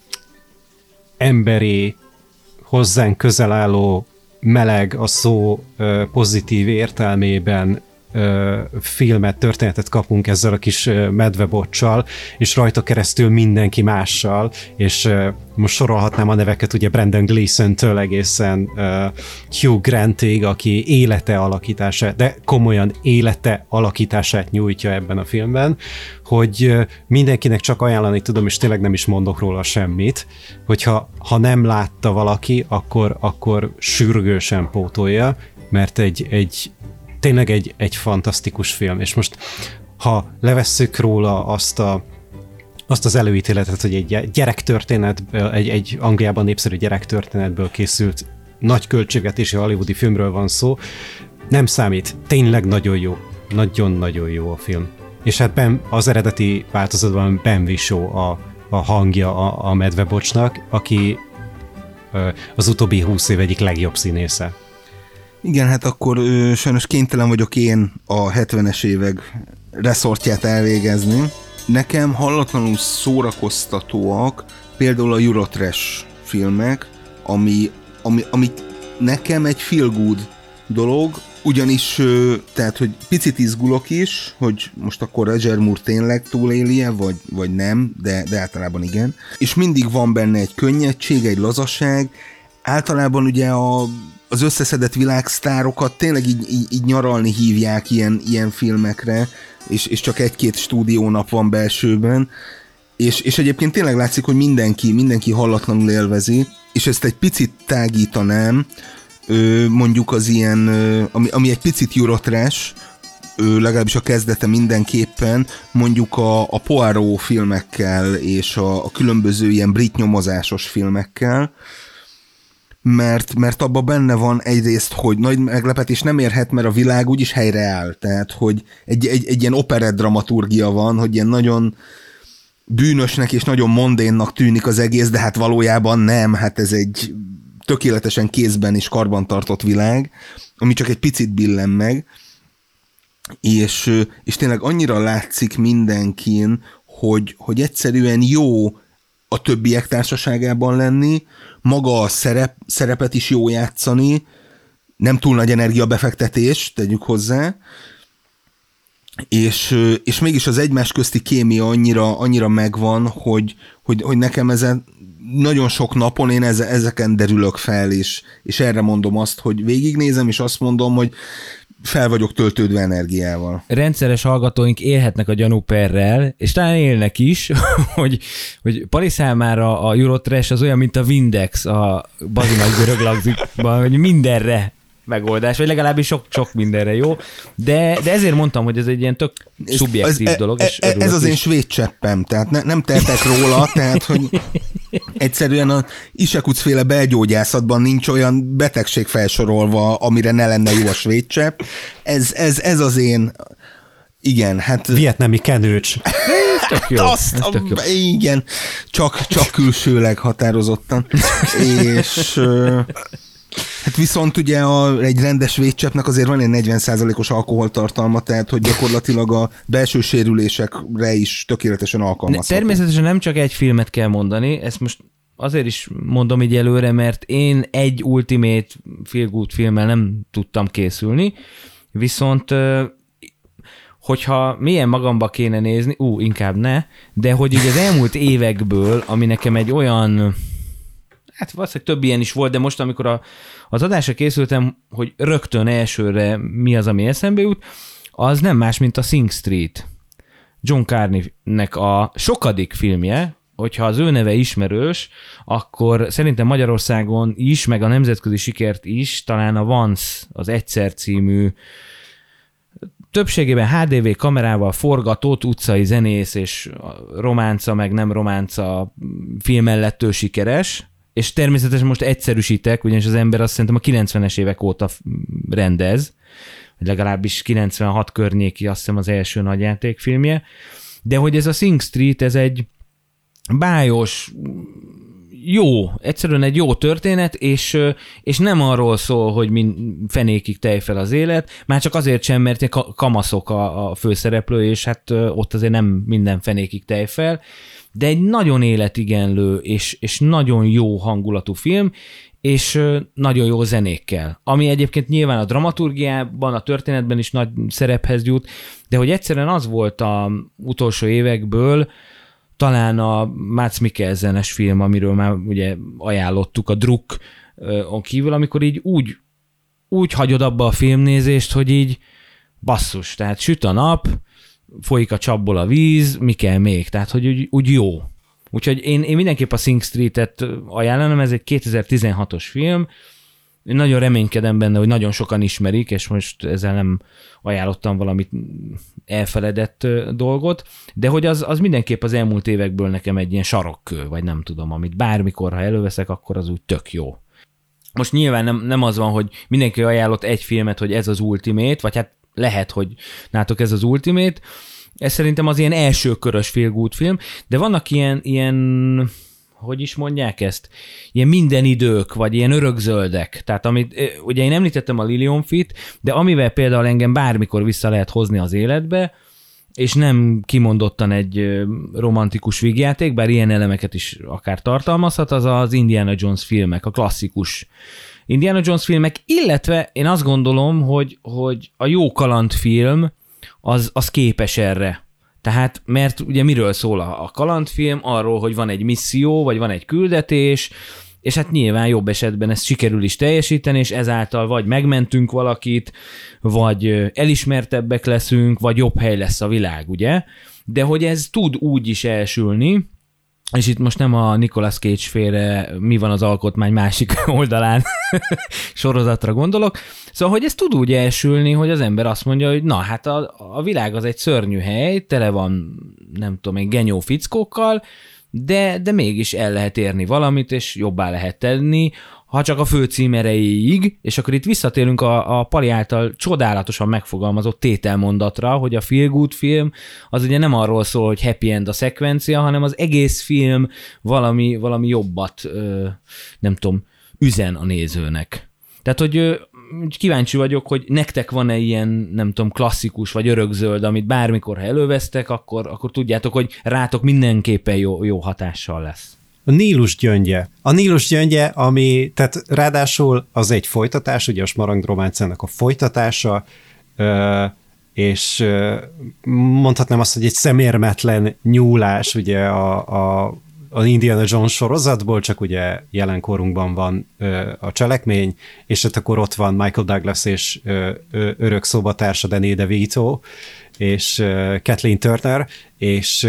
emberi, hozzánk közel álló, meleg a szó pozitív értelmében filmet, történetet kapunk ezzel a kis medvebocsal, és rajta keresztül mindenki mással, és most sorolhatnám a neveket, ugye Brendan Gleeson-től egészen Hugh Grantig, aki élete alakítását, de komolyan élete alakítását nyújtja ebben a filmben, hogy mindenkinek csak ajánlani tudom, és tényleg nem is mondok róla semmit, hogyha nem látta valaki, akkor sürgősen pótolja, mert tényleg egy fantasztikus film, és most ha levesszük róla azt az előítéletet, hogy egy gyerektörténetből, egy Angliában népszerű gyerektörténetből készült nagy költségvetési hollywoodi filmről van szó, nem számít, tényleg nagyon jó, nagyon-nagyon jó a film. És hát az eredeti változatban Ben Whishaw a hangja a medvebocsnak, aki az utóbbi 20 év egyik legjobb színésze. Igen, hát akkor sajnos kénytelen vagyok én a 70-es évek reszortját elvégezni. Nekem hallatlanul szórakoztatóak például a Eurotrash filmek, ami nekem egy feel good dolog, Ugyanis, tehát, hogy picit izgulok is, hogy most akkor Roger Moore tényleg túléli-e, vagy nem, de általában igen. És mindig van benne egy könnyedség, egy lazaság. Általában ugye az összeszedett világsztárokat tényleg így nyaralni hívják ilyen filmekre, és csak egy-két stúdiónap van belsőben. És egyébként tényleg látszik, hogy mindenki hallatlanul élvezi, és ezt egy picit tágítanám, mondjuk az ilyen, ami egy picit Eurotrash, legalábbis a kezdete mindenképpen, mondjuk a Poirot filmekkel és a különböző ilyen brit nyomozásos filmekkel, mert abban benne van egyrészt, hogy nagy meglepetés nem érhet, mert a világ úgyis helyreáll, tehát hogy egy ilyen operett dramaturgia van, hogy ilyen nagyon bűnösnek és nagyon mondénnak tűnik az egész, de hát valójában nem, hát ez egy tökéletesen kézben és karbantartott világ, ami csak egy picit billen meg, és tényleg annyira látszik mindenkin, hogy egyszerűen jó a többiek társaságában lenni, maga a szerepet is jó játszani, nem túl nagy energiabefektetés, tegyük hozzá, és mégis az egymás közti kémia annyira megvan, hogy nekem ezen nagyon sok napon én ezeken derülök fel, és erre mondom azt, hogy végignézem, és azt mondom, hogy fel vagyok töltődve energiával. Rendszeres hallgatóink élhetnek a gyanúperrel, és talán élnek is, hogy Pali számára a Eurotrash az olyan, mint a Windex a Bazi nagy görög lagzikban, hogy mindenre megoldás, vagy legalábbis sok mindenre jó, de ezért mondtam, hogy ez egy ilyen tök szubjektív dolog. És ez az én svéd cseppem, tehát nem tehetek róla, tehát hogy egyszerűen a Isekuc-féle belgyógyászatban nincs olyan betegség felsorolva, amire ne lenne jó a svéd csepp. Ez az én, igen, hát... Vietnámi kenőcs. Tök jó. Igen, csak külsőleg határozottan. És... Hát viszont ugye egy rendes védcseppnek azért van egy 40%-os alkoholtartalma, tehát hogy gyakorlatilag a belső sérülésekre is tökéletesen alkalmazható. Természetesen nem csak egy filmet kell mondani, ezt most azért is mondom így előre, mert én egy ultimate feel good filmmel nem tudtam készülni, viszont hogyha milyen magamba kéne nézni, inkább ne, de hogy így az elmúlt évekből, ami nekem egy olyan... Hát valószínűleg több ilyen is volt, de most, amikor az adásra készültem, hogy rögtön elsőre mi az, ami eszembe jut, az nem más, mint a Sing Street. John Carney-nek a sokadik filmje, hogyha az ő neve ismerős, akkor szerintem Magyarországon is, meg a nemzetközi sikert is, talán a Once, az Egyszer című, többségében HDV kamerával forgatott utcai zenész és románca, meg nem románca film mellett ő sikeres, és természetesen most egyszerűsítek, ugyanis az ember azt szerintem a 90-es évek óta rendez, vagy legalábbis 96 környéki, azt hiszem az első nagyjátékfilmje, de hogy ez a Sing Street, ez egy bájos, jó, egyszerűen egy jó történet, és nem arról szól, hogy fenékig tejfel az élet, már csak azért sem, mert kamaszok a főszereplő, és hát ott azért nem minden fenékig tejfel, de egy nagyon életigenlő és nagyon jó hangulatú film, és nagyon jó zenékkel. Ami egyébként nyilván a dramaturgiában, a történetben is nagy szerephez jut, de hogy egyszerűen az volt az utolsó évekből, talán a Mads Mikkelsenes film, amiről már ugye ajánlottuk, a Druck-on kívül, amikor így úgy hagyod abba a filmnézést, hogy így basszus, tehát süt a nap, folyik a csapból a víz, mi kell még? Tehát, hogy úgy jó. Úgyhogy én mindenképp a Sing Street-et ajánlom, ez egy 2016-os film. Én nagyon reménykedem benne, hogy nagyon sokan ismerik, és most ezzel nem ajánlottam valamit elfeledett dolgot, de hogy az mindenképp az elmúlt évekből nekem egy ilyen sarokkő, vagy nem tudom, amit bármikor, ha előveszek, akkor az úgy tök jó. Most nyilván nem az van, hogy mindenki ajánlott egy filmet, hogy ez az ultimate, vagy hát lehet, hogy nátok ez az ultimate. Ez szerintem az ilyen elsőkörös feel good film, de vannak ilyen hogy is mondják ezt? Ilyen minden idők, vagy ilyen örökzöldek. Tehát amit, ugye én említettem a Lilium Fit, de amivel például engem bármikor vissza lehet hozni az életbe, és nem kimondottan egy romantikus vígjáték, bár ilyen elemeket is akár tartalmazhat, az az Indiana Jones filmek, a klasszikus Indiana Jones filmek, illetve én azt gondolom, hogy a jó kalandfilm az képes erre. Tehát, mert ugye miről szól a kalandfilm? Arról, hogy van egy misszió, vagy van egy küldetés, és hát nyilván jobb esetben ezt sikerül is teljesíteni, és ezáltal vagy megmentünk valakit, vagy elismertebbek leszünk, vagy jobb hely lesz a világ, ugye? De hogy ez tud úgy is elsülni, és itt most nem a Nicolas Cage-féle Mi van az alkotmány másik oldalán sorozatra gondolok, szóval, hogy ez tud úgy elsülni, hogy az ember azt mondja, hogy na, hát a világ az egy szörnyű hely, tele van, nem tudom, egy genyó fickókkal, de mégis el lehet érni valamit, és jobbá lehet tenni, ha csak a főcím erejéig, és akkor itt visszatérünk a Pali által csodálatosan megfogalmazott tételmondatra, hogy a feel good film az ugye nem arról szól, hogy happy end a szekvencia, hanem az egész film valami jobbat, nem tudom, üzen a nézőnek. Tehát, hogy kíváncsi vagyok, hogy nektek van-e ilyen, nem tudom, klasszikus vagy örökzöld, amit bármikor, ha elővesztek, akkor tudjátok, hogy rátok mindenképpen jó hatással lesz. A Nílus gyöngye, ami, tehát ráadásul az egy folytatás, ugye a Smaragd románcának a folytatása, és mondhatnám azt, hogy egy szemérmetlen nyúlás ugye a Indiana Jones sorozatból, csak ugye jelenkorunkban van a cselekmény, és akkor ott van Michael Douglas és örök szobatársa Danny DeVito, és Kathleen Turner, és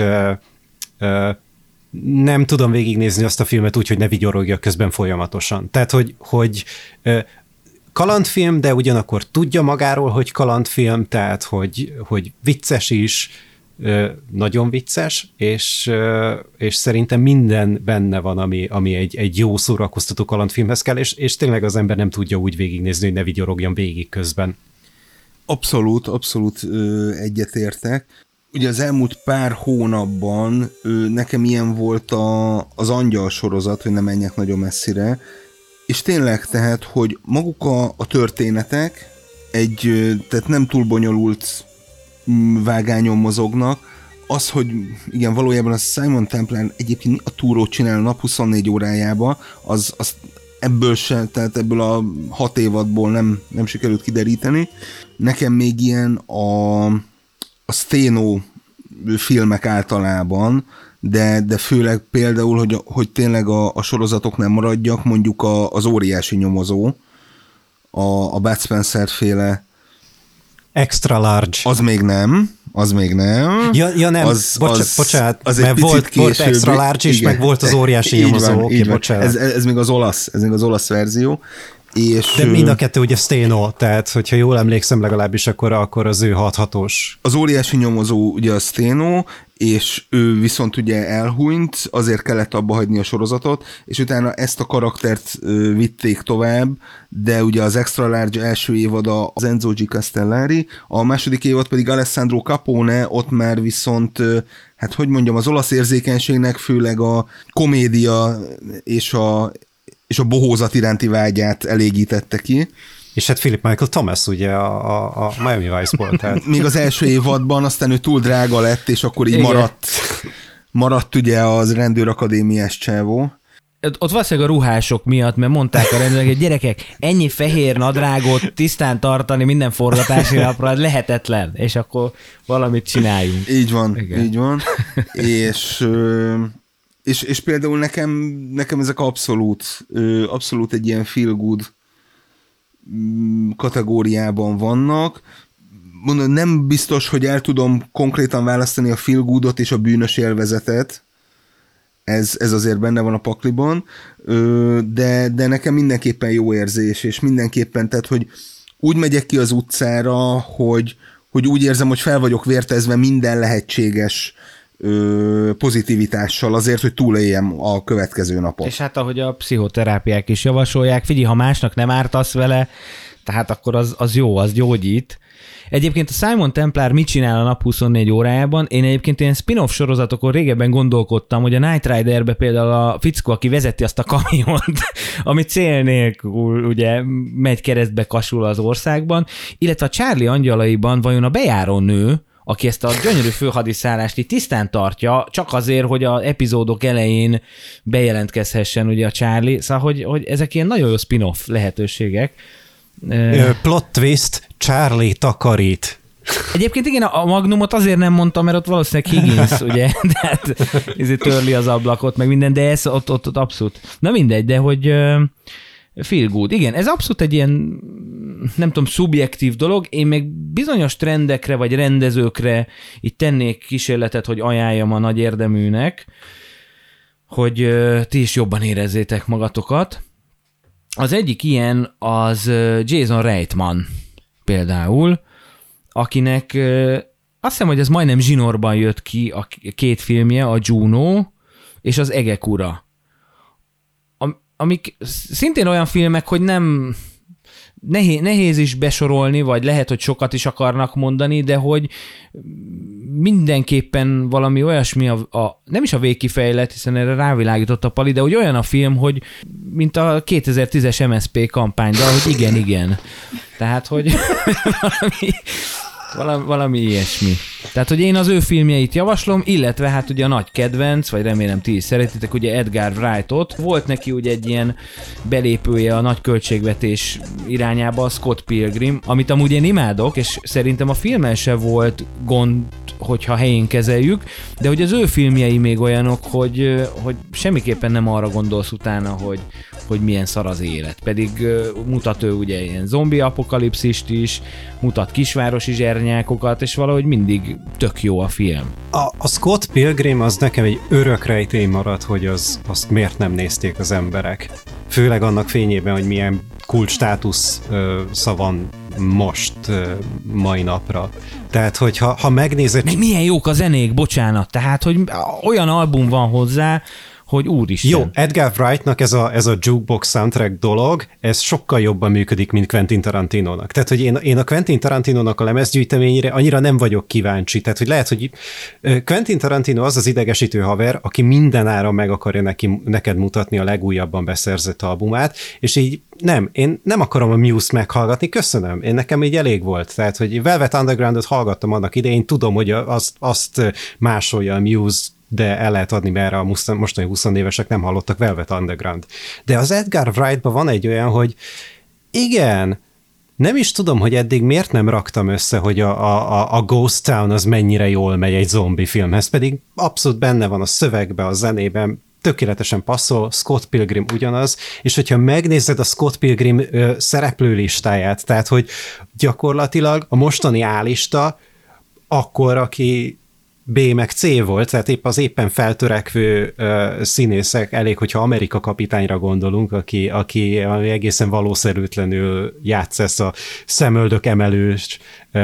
nem tudom végignézni azt a filmet úgy, hogy ne vigyorogjak közben folyamatosan. Tehát, hogy kalandfilm, de ugyanakkor tudja magáról, hogy kalandfilm, tehát, hogy vicces is, nagyon vicces, és szerintem minden benne van, ami egy jó szórakoztató kalandfilmhez kell, és tényleg az ember nem tudja úgy végignézni, hogy ne vigyorogjon végig közben. Abszolút egyetértek. Ugye az elmúlt pár hónapban nekem ilyen volt az Angyal sorozat, hogy nem menjek nagyon messzire, és tényleg tehát, hogy maguk a történetek tehát nem túl bonyolult vágányon mozognak, az, hogy igen, valójában a Simon Templar egyébként a túrót csinál a nap 24 órájába, az ebből a 6 évadból nem sikerült kideríteni. Nekem még ilyen a Steno filmek általában, de főleg például, hogy tényleg a sorozatok nem maradjak, mondjuk az Óriási nyomozó, a Bud Spencer féle Extra Large. Az még nem. Ja nem, bocsánat, az mert volt Extra Large is, igen. Meg volt az Óriási nyomozó. Bocsánat. Ez még az olasz verzió. De mind a kettő ugye Steno, tehát hogyha jól emlékszem legalábbis, akkor az ő hathatós. Az Óriási nyomozó ugye a Steno, és ő viszont ugye elhunyt, azért kellett abba hagyni a sorozatot, és utána ezt a karaktert vitték tovább, de ugye az Extra Large első évad az Enzo G. Castellari, a második évad pedig Alessandro Capone, ott már viszont, hát hogy mondjam, az olasz érzékenységnek főleg a komédia és a bohózat iránti vágyát elégítette ki. És hát Philip Michael Thomas ugye a Miami Vice-ból. Tehát. Még az első évadban, aztán ő túl drága lett, és akkor így maradt ugye az rendőrakadémiás csávó. Ott valószínűleg a ruhások miatt, mert mondták a rendőrök, hogy gyerekek, ennyi fehér nadrágot tisztán tartani minden forgatási napra, lehetetlen, és akkor valamit csináljunk. Így van. És például nekem ezek abszolút egy ilyen feel good kategóriában vannak. Mondom, nem biztos, hogy el tudom konkrétan választani a feel goodot és a bűnös élvezetet. Ez azért benne van a pakliban, de nekem mindenképpen jó érzés, és mindenképpen, tehát, hogy úgy megyek ki az utcára, hogy úgy érzem, hogy fel vagyok vértezve minden lehetséges pozitivitással azért, hogy túléljem a következő napot. És hát ahogy a pszichoterápiák is javasolják, figyelj, ha másnak nem ártasz vele, tehát akkor az jó, az gyógyít. Egyébként a Simon Templar mit csinál a nap 24 órájában? Én egyébként ilyen spin-off sorozatokon régebben gondolkodtam, hogy a Knight Riderbe például a fickó, aki vezeti azt a kamiont, ami cél nélkül ugye megy keresztbe kasul az országban, illetve a Charlie angyalaiban vajon a bejáró nő, aki ezt a gyönyörű főhadiszállást így tisztán tartja, csak azért, hogy az epizódok elején bejelentkezhessen ugye a Charlie, szóval, hogy ezek ilyen nagyon jó spin-off lehetőségek. Plot twist, Charlie takarít. Egyébként igen, a Magnumot azért nem mondtam, mert ott valószínűleg Higgins, ugye, tehát törli az ablakot, meg minden, de ez ott abszolút. Na mindegy, de hogy feel good. Igen, ez abszolút egy ilyen, nem tudom, szubjektív dolog. Én még bizonyos trendekre, vagy rendezőkre itt tennék kísérletet, hogy ajánljam a nagy érdeműnek, hogy ti is jobban érezzétek magatokat. Az egyik ilyen az Jason Reitman például, akinek azt hiszem, hogy ez majdnem zsinórban jött ki a két filmje, a Juno és az Egek ura. Amik szintén olyan filmek, hogy nem nehéz is besorolni, vagy lehet, hogy sokat is akarnak mondani, de hogy mindenképpen valami olyasmi, nem is a végkifejlet, hiszen erre rávilágított a Pali, de hogy olyan a film, hogy mint a 2010-es MSZP kampány, de hogy igen. Tehát, hogy valami ilyesmi. Tehát, hogy én az ő filmjeit javaslom, illetve hát ugye a nagy kedvenc, vagy remélem ti is szeretitek, ugye Edgar Wrightot. Volt neki ugye egy ilyen belépője a nagy költségvetés irányába, a Scott Pilgrim, amit amúgy én imádok, és szerintem a filmen se volt gond, hogyha helyén kezeljük, de hogy az ő filmjei még olyanok, hogy semmiképpen nem arra gondolsz utána, hogy milyen szar az élet. Pedig mutat ő ugye ilyen zombi apokalipszist is, mutat kisvárosi zsernyákokat, és valahogy mindig tök jó a film. A Scott Pilgrim az nekem egy örök rejtély maradt, hogy azt miért nem nézték az emberek. Főleg annak fényében, hogy milyen kulcsstátusz van most mai napra. Tehát, hogy ha megnézed... Milyen jók a zenék, bocsánat, tehát, hogy olyan album van hozzá, hogy úristen. Jó, Edgar Wrightnak ez a jukebox soundtrack dolog, ez sokkal jobban működik, mint Quentin Tarantinónak. Tehát, hogy én a Quentin Tarantinónak a lemezgyűjteményére annyira nem vagyok kíváncsi. Tehát, hogy lehet, hogy Quentin Tarantino az idegesítő haver, aki mindenáron meg akarja neked mutatni a legújabban beszerzett albumát, és így én nem akarom a Muse-t meghallgatni, köszönöm, nekem így elég volt. Tehát, hogy Velvet Underground-ot hallgattam annak idején, tudom, hogy azt másolja a Muse, de el lehet adni, mert a mostani 20 évesek nem hallottak Velvet Underground. De az Edgar Wrightban van egy olyan, hogy igen, nem is tudom, hogy eddig miért nem raktam össze, hogy a Ghost Town az mennyire jól megy egy zombi filmhez, pedig abszolút benne van a szövegben, a zenében, tökéletesen passzol, Scott Pilgrim ugyanaz, és hogyha megnézed a Scott Pilgrim szereplőlistáját, tehát, hogy gyakorlatilag a mostani A-lista, akkor, aki B meg C volt, tehát épp az éppen feltörekvő színészek, elég, hogyha Amerika kapitányra gondolunk, aki egészen valószerűtlenül játsz ezt a szemöldök emelős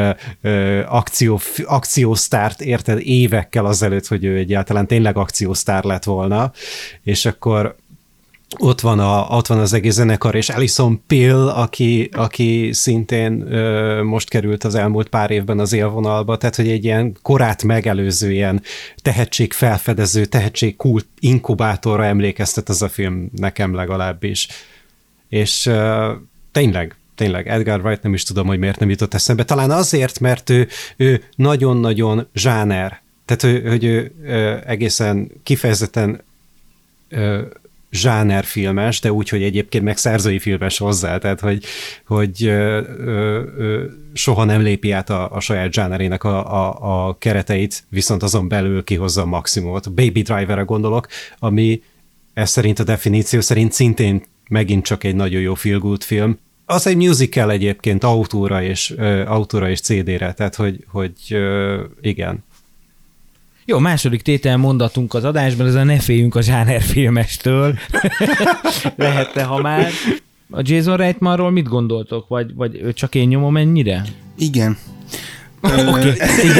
akciósztárt, érted, évekkel azelőtt, hogy ő egyáltalán tényleg akciósztár lett volna, és akkor ott van az egész zenekar, és Alison Pill, aki szintén most került az elmúlt pár évben az élvonalba, tehát hogy egy ilyen korát megelőző, ilyen tehetségfelfedező, tehetségkult inkubátorra emlékeztet az a film nekem legalábbis. És tényleg, Edgar Wright nem is tudom, hogy miért nem jutott eszembe. Talán azért, mert ő nagyon-nagyon zsáner. Tehát, hogy ő egészen kifejezetten zsánerfilmes, de úgy, hogy egyébként meg szerzői filmes hozzá, tehát hogy soha nem lépi át a saját zsánerének a kereteit, viszont azon belül kihozza a maximumot. Baby Driver-re gondolok, ami ez szerint a definíció szerint szintén megint csak egy nagyon jó feel-good film. Az egy musical egyébként autóra és CD-re, tehát hogy igen. Jó, második tétel mondatunk az adásban, ez a ne féljünk a zsánerfilmestől. Lehetne, ha már. A Jason Reitmanról mit gondoltok? Vagy csak én nyomom ennyire? Igen. Oké.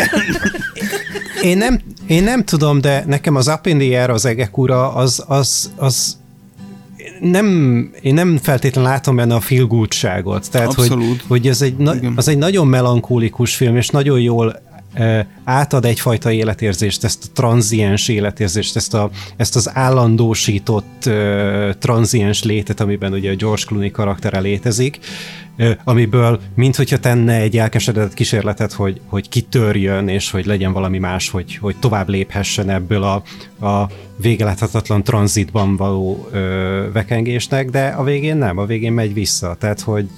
Én nem tudom, de nekem az Up in the Air, az Egek ura, az én nem feltétlenül látom benne a feel-good-ságot. Tehát, hogy ez egy nagyon melankólikus film, és nagyon jól átad egyfajta életérzést, ezt a tranziens életérzést, ezt az állandósított tranziens létet, amiben ugye a George Clooney karaktere létezik, amiből minthogyha tenne egy elkeseredett kísérletet, hogy kitörjön, és hogy legyen valami más, hogy tovább léphessen ebből a végeláthatatlan tranzitban való vekengésnek, de a végén nem, a végén megy vissza. Tehát, hogy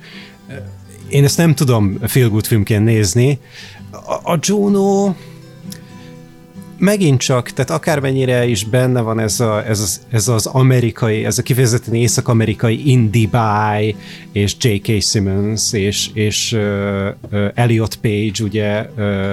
én ezt nem tudom feel good filmként nézni. A Juno megint csak, tehát akármennyire is benne van ez az amerikai, ez a kifejezetten észak-amerikai indie buy, és J.K. Simmons, és Elliot Page, ugye,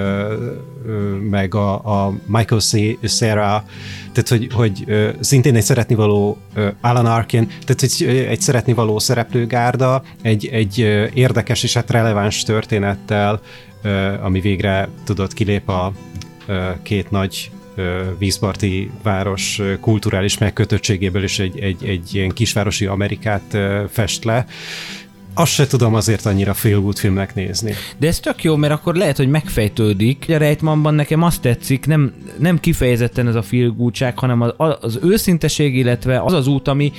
meg a Michael Cera, tehát hogy szintén egy szeretnivaló Alan Arkin, tehát egy szeretnivaló szereplőgárda, egy érdekes és hát releváns történettel, ami végre tudod kilép a két nagy vízparti város kulturális megkötöttségéből, és egy ilyen kisvárosi Amerikát fest le. Azt se tudom azért annyira feel good filmnek nézni. De ez tök jó, mert akkor lehet, hogy megfejtődik. A Reitmanban nekem azt tetszik, nem kifejezetten ez a feel goodság, hanem az őszinteség, illetve az az út, ami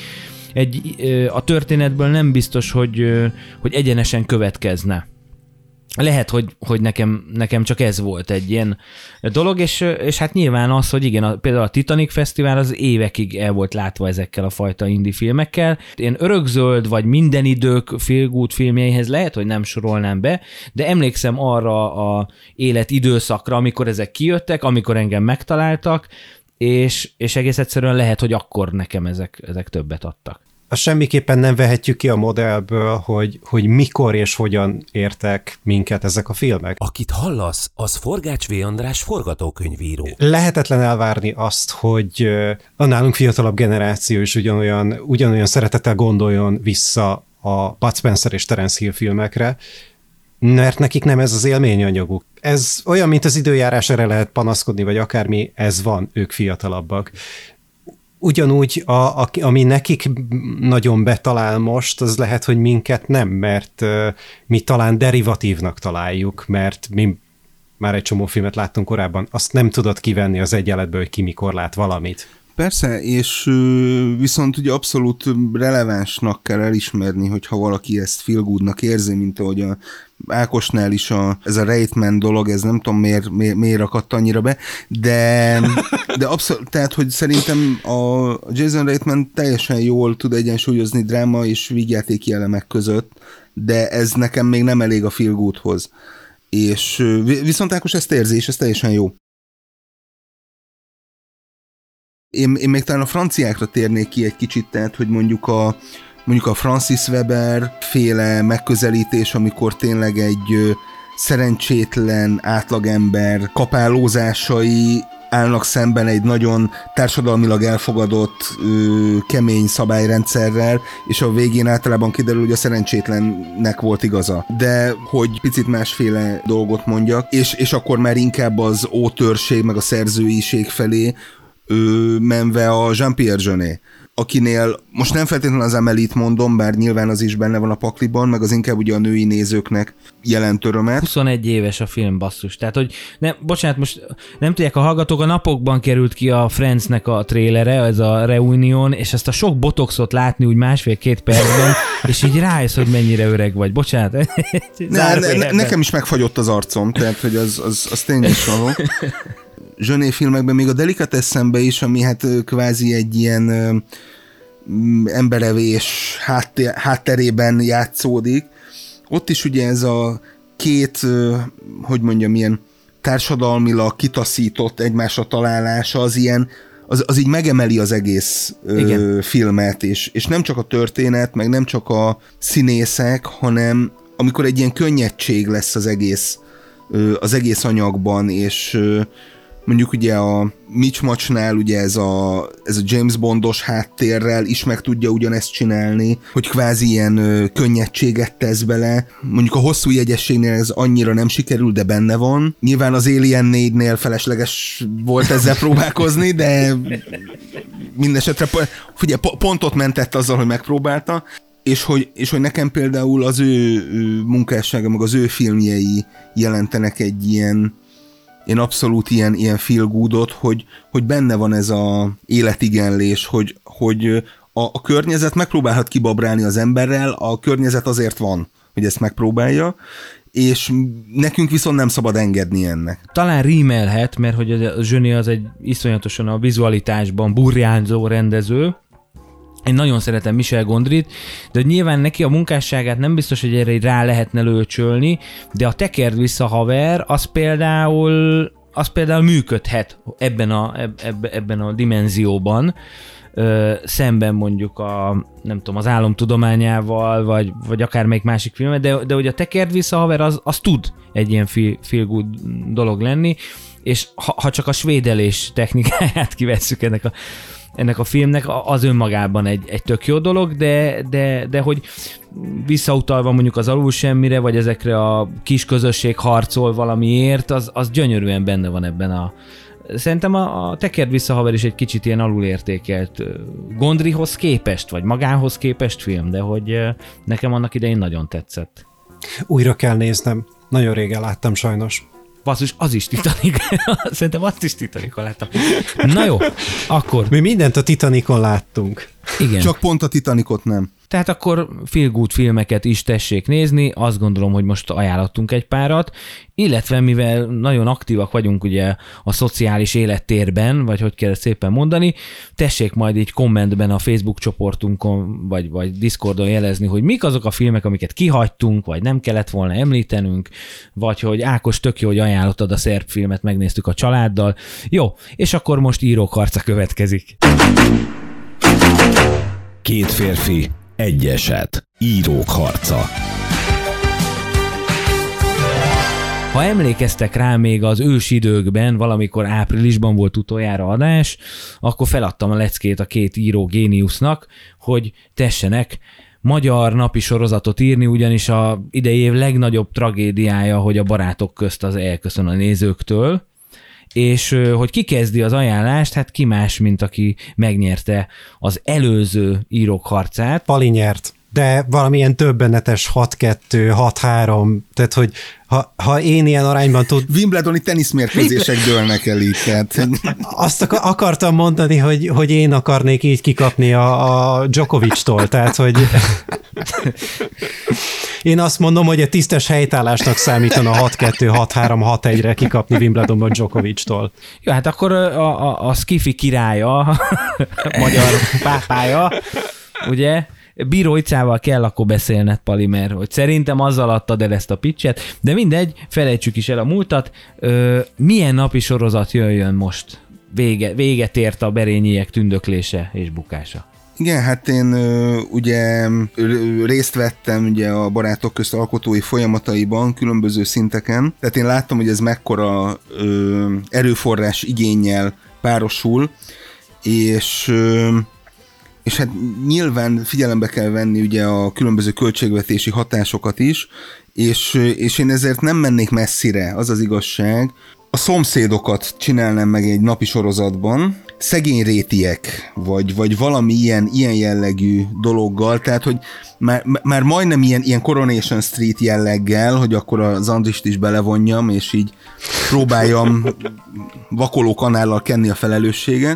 a történetből nem biztos, hogy egyenesen következne. Lehet, hogy nekem csak ez volt egy ilyen dolog, és hát nyilván az, hogy igen, például a Titanic Fesztivál az évekig el volt látva ezekkel a fajta indie filmekkel. Én örökzöld vagy minden idők feel good filmjeihez lehet, hogy nem sorolnám be, de emlékszem arra a élet időszakra, amikor ezek kijöttek, amikor engem megtaláltak, és egész egyszerűen lehet, hogy akkor nekem ezek többet adtak. Azt semmiképpen nem vehetjük ki a modellből, hogy mikor és hogyan értek minket ezek a filmek. Akit hallasz, az Forgács V. András forgatókönyvíró. Lehetetlen elvárni azt, hogy a nálunk fiatalabb generáció is ugyanolyan szeretettel gondoljon vissza a Bud Spencer és Terence Hill filmekre, mert nekik nem ez az élményanyaguk. Ez olyan, mint az időjárás, erre lehet panaszkodni, vagy akármi, ez van, ők fiatalabbak. Ugyanúgy, ami nekik nagyon betalál most, az lehet, hogy minket nem, mert mi talán derivatívnak találjuk, mert mi már egy csomó filmet láttunk korábban, azt nem tudod kivenni az egyenletből, hogy ki mikor lát valamit. Persze, és viszont ugye abszolút relevánsnak kell elismerni, hogyha valaki ezt feel goodnak érzi, mint ahogy a Ákosnál is ez a Reitman dolog, ez nem tudom miért akadt annyira be, de abszolút, tehát, hogy szerintem a Jason Reitman teljesen jól tud egyensúlyozni dráma és vígjátéki elemek között, de ez nekem még nem elég a feel goodhoz. És viszont Ákos ezt érzi, és ez teljesen jó. Én még talán a franciákra térnék ki egy kicsit, tehát, hogy mondjuk a Francis Weber féle megközelítés, amikor tényleg egy szerencsétlen átlagember kapálózásai állnak szemben egy nagyon társadalmilag elfogadott kemény szabályrendszerrel, és a végén általában kiderül, hogy a szerencsétlennek volt igaza. De hogy picit másféle dolgot mondjak, és akkor már inkább az ótörség meg a szerzőiség felé menve a Jean-Pierre Jeunet, akinél most nem feltétlenül az Amélie-t mondom, bár nyilván az is benne van a pakliban, meg az inkább ugye a női nézőknek jelent örömet. 21 éves a film, basszus. Tehát, hogy bocsánat, most nem tudják a hallgatók, a napokban került ki a Friendsnek a trélere, ez a Reunion, és ezt a sok botoxot látni úgy 1,5-2 percben, és így rájössz, hogy mennyire öreg vagy. Bocsánat. Nekem is megfagyott az arcom, tehát, hogy az tényleg is való. Jeunet filmekben, még a Delikatessenben is, ami hát kvázi egy ilyen emberevés hátterében játszódik. Ott is ugye ez a két, hogy mondjam, ilyen társadalmilag kitaszított egymásra találása, az ilyen, az így megemeli az egész filmet, és nem csak a történet, meg nem csak a színészek, hanem amikor egy ilyen könnyedség lesz az egész anyagban, és mondjuk ugye a Mitch-Matchnál ugye ez a James Bondos háttérrel is meg tudja ugyanezt csinálni, hogy kvázi ilyen könnyedséget tesz bele. Mondjuk a hosszú jegyességnél ez annyira nem sikerül, de benne van. Nyilván az Alien 4-nél felesleges volt ezzel próbálkozni, de mindesetre pontot mentett azzal, hogy megpróbálta. És hogy nekem például az ő munkássága, meg az ő filmjei jelentenek egy ilyen Én abszolút ilyen feel goodot, hogy benne van ez a életigenlés, hogy a környezet megpróbálhat kibabrálni az emberrel, a környezet azért van, hogy ezt megpróbálja, és nekünk viszont nem szabad engedni ennek. Talán rímelhet, mert hogy a Zsöni az egy iszonyatosan a vizualitásban burjánzó rendező. Én nagyon szeretem Michel Gondryt, de nyilván neki a munkásságát nem biztos, hogy erre rá lehetne lőcsölni, de a Tekerd vissza haver, az például működhet ebben a dimenzióban, szemben mondjuk az álomtudományával, vagy akármelyik másik filmet, de hogy a Tekerd vissza haver, az tud egy ilyen feel good dolog lenni, és ha csak a svédelés technikáját kivesszük ennek a filmnek, az önmagában egy tök jó dolog, de hogy visszautalva mondjuk az alul semmire, vagy ezekre a kis közösség harcol valamiért, az gyönyörűen benne van ebben Szerintem a Tekerd vissza haver is egy kicsit ilyen alulértékelt Gondryhoz képest, vagy magához képest film, de hogy nekem annak idején nagyon tetszett. Újra kell néznem. Nagyon régen láttam sajnos. Basszus, az is Titanic. Szerintem azt is Titanicon láttam. Na jó, akkor... Mi mindent a Titanicon láttunk. Igen. Csak pont a Titanicot nem. Tehát akkor feel good filmeket is tessék nézni, azt gondolom, hogy most ajánlottunk egy párat, illetve mivel nagyon aktívak vagyunk ugye a szociális élettérben, vagy hogy kell szépen mondani, tessék majd így kommentben a Facebook csoportunkon, vagy Discordon jelezni, hogy mik azok a filmek, amiket kihagytunk, vagy nem kellett volna említenünk, vagy hogy Ákos, tök jó, hogy ajánlottad a szerb filmet, megnéztük a családdal. Jó, és akkor most írók harca következik. Két férfi, egy eset. Írók harca. Ha emlékeztek rá, még az ősidőkben, valamikor áprilisban volt utoljára adás, akkor feladtam a leckét a két író géniusznak, hogy tessenek magyar napi sorozatot írni, ugyanis a idei év legnagyobb tragédiája, hogy a Barátok közt az elköszön a nézőktől, és hogy ki kezdi az ajánlást, hát ki más, mint aki megnyerte az előző írók harcát. Pali nyert, de valamilyen döbbenetes 6-2, 6-3, tehát hogy ha én ilyen arányban Wimbledoni teniszmérkőzések dőlnek el így, tehát... Azt akartam mondani, hogy én akarnék így kikapni a Djokovic-tól, tehát hogy én azt mondom, hogy a tisztes helytállásnak számítana 6-2, 6-3, 6-1-re kikapni Wimbledonban Djokovic-tól. Jó, hát akkor a skifi királya, a magyar pápája, ugye, Bíróicával kell akkor beszélned, Pali, mert hogy szerintem azzal adtad el ezt a pitchet, de mindegy, felejtsük is el a múltat. Milyen napi sorozat jöjjön most? Véget ért a berényiek tündöklése és bukása. Igen, hát én ugye részt vettem ugye a Barátok közt alkotói folyamataiban, különböző szinteken, tehát én láttam, hogy ez mekkora erőforrás igénnyel párosul, és hát nyilván figyelembe kell venni ugye a különböző költségvetési hatásokat is, és én ezért nem mennék messzire, az az igazság. A Szomszédokat csinálnám meg egy napi sorozatban, Szegény rétiek, vagy valami ilyen jellegű dologgal, tehát hogy már majdnem ilyen Coronation Street jelleggel, hogy akkor az Andrist is belevonjam, és így próbáljam vakoló kanállal kenni a felelősséget,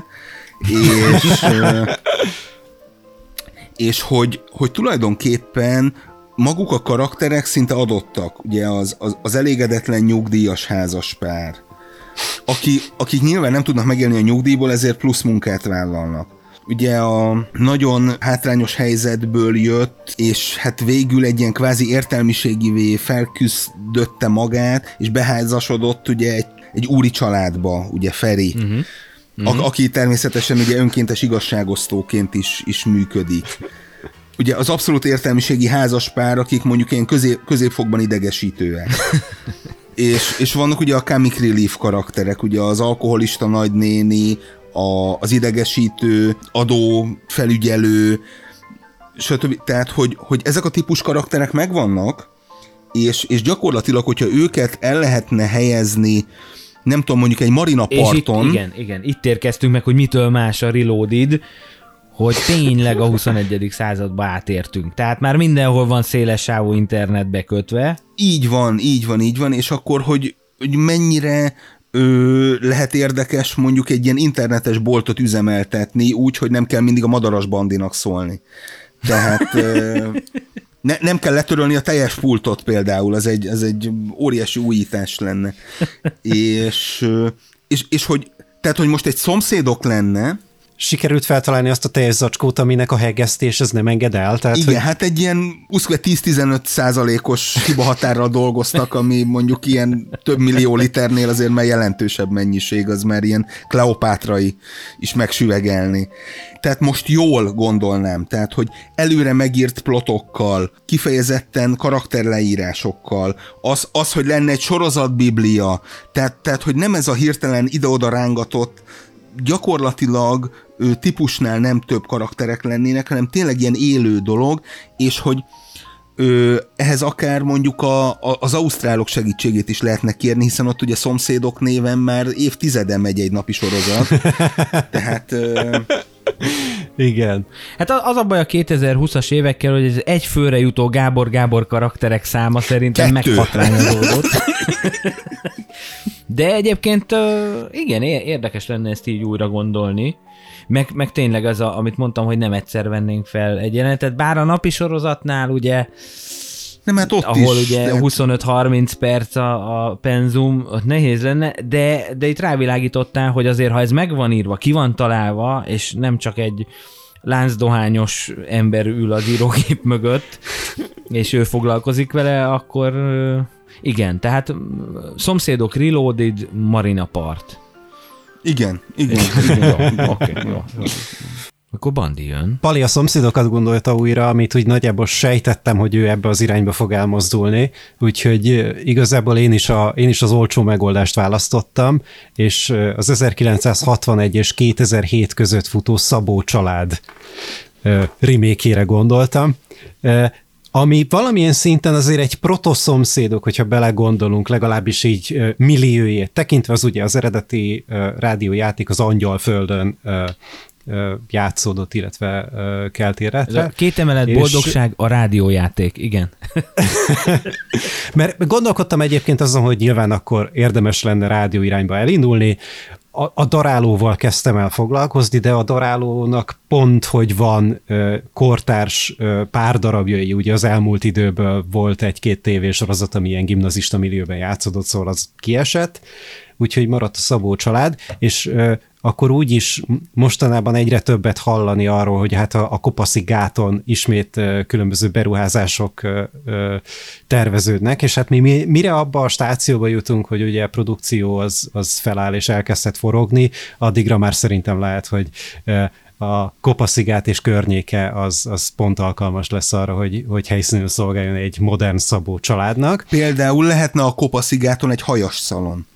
és hogy tulajdonképpen maguk a karakterek szinte adottak, ugye az elégedetlen nyugdíjas házaspár, akik nyilván nem tudnak megélni a nyugdíjból, ezért plusz munkát vállalnak. Ugye a nagyon hátrányos helyzetből jött, és hát végül egy ilyen kvázi értelmiségivé felküzdötte magát, és beházasodott ugye egy úri családba, ugye Feri. Aki természetesen ugye önkéntes igazságosztóként is működik. Ugye az abszolút értelmiségi házaspár, akik mondjuk ilyen középfokban idegesítőek. és vannak ugye a comic relief karakterek, ugye az alkoholista nagynéni, az idegesítő, adófelügyelő, stb. Tehát, hogy ezek a típus karakterek megvannak, és gyakorlatilag, hogyha őket el lehetne helyezni, nem tudom, mondjuk egy marina parton. És igen, itt érkeztünk meg, hogy mitől más a Reloaded, hogy tényleg a 21. századba átértünk. Tehát már mindenhol van szélessávú internet bekötve. Így van, és akkor, hogy mennyire lehet érdekes mondjuk egy ilyen internetes boltot üzemeltetni úgy, hogy nem kell mindig a Madaras Bandinak szólni. Tehát nem kell letörölni a teljes pultot például, az egy óriási újítás lenne. És hogy, tehát, hogy most egy szomszédok lenne, sikerült feltalálni azt a teljes zacskót, aminek a hegesztés ez nem enged el. Tehát, igen, hát egy ilyen 10-15%-os hibahatárral dolgoztak, ami mondjuk ilyen több millió liternél azért már jelentősebb mennyiség, az már ilyen Kleopátrai is megsüvegelni. Tehát most jól gondolnám, tehát, hogy előre megírt plotokkal, kifejezetten karakterleírásokkal, az hogy lenne egy sorozatbiblia, tehát, hogy nem ez a hirtelen ide-oda rángatott, gyakorlatilag típusnál nem több karakterek lennének, hanem tényleg ilyen élő dolog, és hogy ehhez akár mondjuk az ausztrálok segítségét is lehetne kérni, hiszen ott ugye Szomszédok néven már évtizeden megy egy napi sorozat. Tehát... Igen. Hát az a baj a 2020-as évekkel, hogy ez egy főre jutó Gábor karakterek száma szerintem megpatrányozódott. De egyébként igen, érdekes lenne ezt így újra gondolni. Meg tényleg az, amit mondtam, hogy nem egyszer vennénk fel egy jelenetet, bár a napi sorozatnál ugye, nem, hát ott ahol is, ugye 25-30 perc a penzum, ott nehéz lenne, de itt rávilágítottál, hogy azért, ha ez meg van írva, ki van találva, és nem csak egy láncdohányos ember ül az írógép mögött, és ő foglalkozik vele, akkor igen, tehát Szomszédok Reloaded, Marina Part. Igen. Oké, jó. Akkor Bandi jön. Pali a Szomszédokat gondolta újra, amit úgy nagyjából sejtettem, hogy ő ebbe az irányba fog elmozdulni, úgyhogy igazából én is az olcsó megoldást választottam, és az 1961 és 2007 között futó Szabó család remake-ére gondoltam, ami valamilyen szinten azért egy protoszomszédok, hogyha belegondolunk, legalábbis így milliójét tekintve, az ugye az eredeti rádiójáték az Angyalföldön játszódott, illetve keltéretre. Két emelet boldogság, a rádiójáték, igen. Mert gondolkodtam egyébként azon, hogy nyilván akkor érdemes lenne rádió irányba elindulni. A darálóval kezdtem el foglalkozni, de a darálónak pont, hogy van kortárs pár darabjai, ugye az elmúlt időből volt egy-két tévésorozat, ami ilyen gimnazista millióben játszódott, szóval az kiesett, úgyhogy maradt a Szabó család, és akkor úgyis mostanában egyre többet hallani arról, hogy hát a Kopaszi gáton ismét különböző beruházások terveződnek, és hát mi mire abba a stációba jutunk, hogy ugye a produkció az feláll és elkezdett forogni, addigra már szerintem lehet, hogy a Kopaszigát és környéke az pont alkalmas lesz arra, hogy helyszínül szolgáljon egy modern Szabó családnak. Például lehetne a Kopaszigáton egy hajas szalon.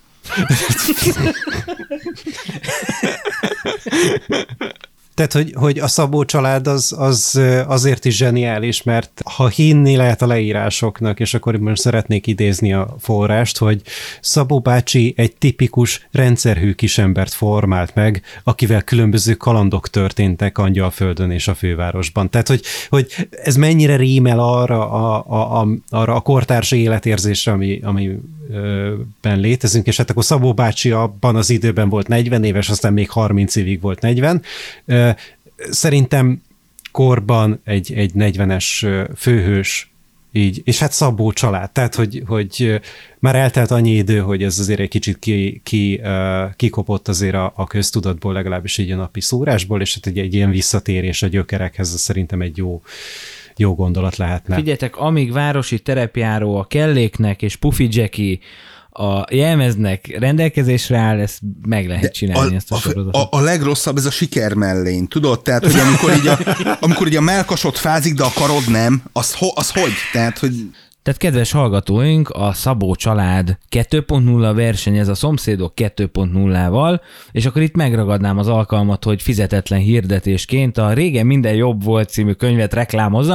Tehát, hogy a Szabó család az azért is zseniális, mert ha hinni lehet a leírásoknak, és akkor most szeretnék idézni a forrást, hogy Szabó bácsi egy tipikus rendszerhű kisembert formált meg, akivel különböző kalandok történtek Angyalföldön és a fővárosban. Tehát, hogy ez mennyire rímel arra a kortárs életérzésre, amiben létezünk, és hát akkor Szabó bácsi abban az időben volt 40 éves, aztán még 30 évig volt 40. Szerintem korban egy 40-es főhős így, és hát Szabó család, tehát hogy már eltelt annyi idő, hogy ez azért egy kicsit kikopott azért a köztudatból, legalábbis így a napi szórásból, és hát egy ilyen visszatérés a gyökerekhez, az szerintem egy jó gondolat lehetne. Figyeljetek, amíg városi terepjáró a kelléknek és Puffy Jackie a jelmeznek rendelkezésre áll, ezt meg lehet csinálni, ezt a sorozatot. A legrosszabb ez a siker mellény, tudod? Tehát, hogy amikor így a mellkasod fázik, de a karod nem, az hogy? Tehát, kedves hallgatóink, a Szabó család 2.0 versenyez a Szomszédok 2.0-val, és akkor itt megragadnám az alkalmat, hogy fizetetlen hirdetésként a Régen minden jobb volt című könyvet reklámozzam,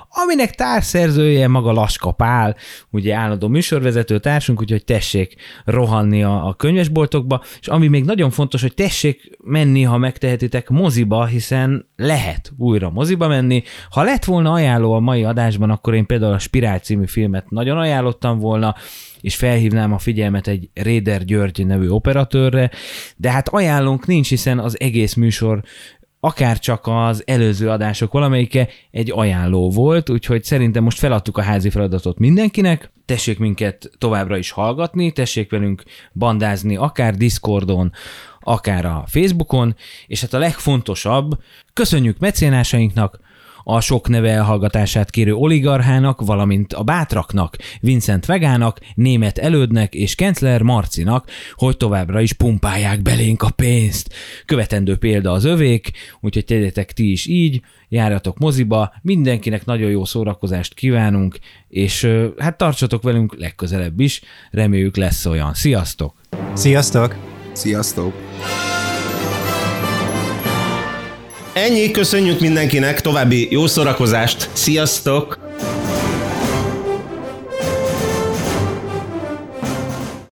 aminek társszerzője maga Laska Pál, ugye állandó műsorvezető társunk, úgyhogy tessék rohanni a könyvesboltokba, és ami még nagyon fontos, hogy tessék menni, ha megtehetitek, moziba, hiszen lehet újra moziba menni. Ha lett volna ajánló a mai adásban, akkor én például a Spirál című filmet nagyon ajánlottam volna, és felhívnám a figyelmet egy Réder György nevű operatőrre, de hát ajánlónk nincs, hiszen az egész műsor, akár csak az előző adások valamelyike egy ajánló volt, úgyhogy szerintem most feladtuk a házi feladatot mindenkinek, tessék minket továbbra is hallgatni, tessék velünk bandázni, akár Discordon, akár a Facebookon, és hát a legfontosabb, köszönjük mecénásainknak, a sok neve elhallgatását kérő Oligarchának, valamint a bátraknak, Vincent Vegának, Németh Elődnek és Kenzler Marcinak, hogy továbbra is pumpálják belénk a pénzt. Követendő példa az övék, úgyhogy tegyétek ti is így, járjatok moziba, mindenkinek nagyon jó szórakozást kívánunk, és hát tartsatok velünk legközelebb is, reméljük lesz olyan. Sziasztok! Sziasztok! Sziasztok! Ennyi, köszönjük mindenkinek, további jó szórakozást, sziasztok!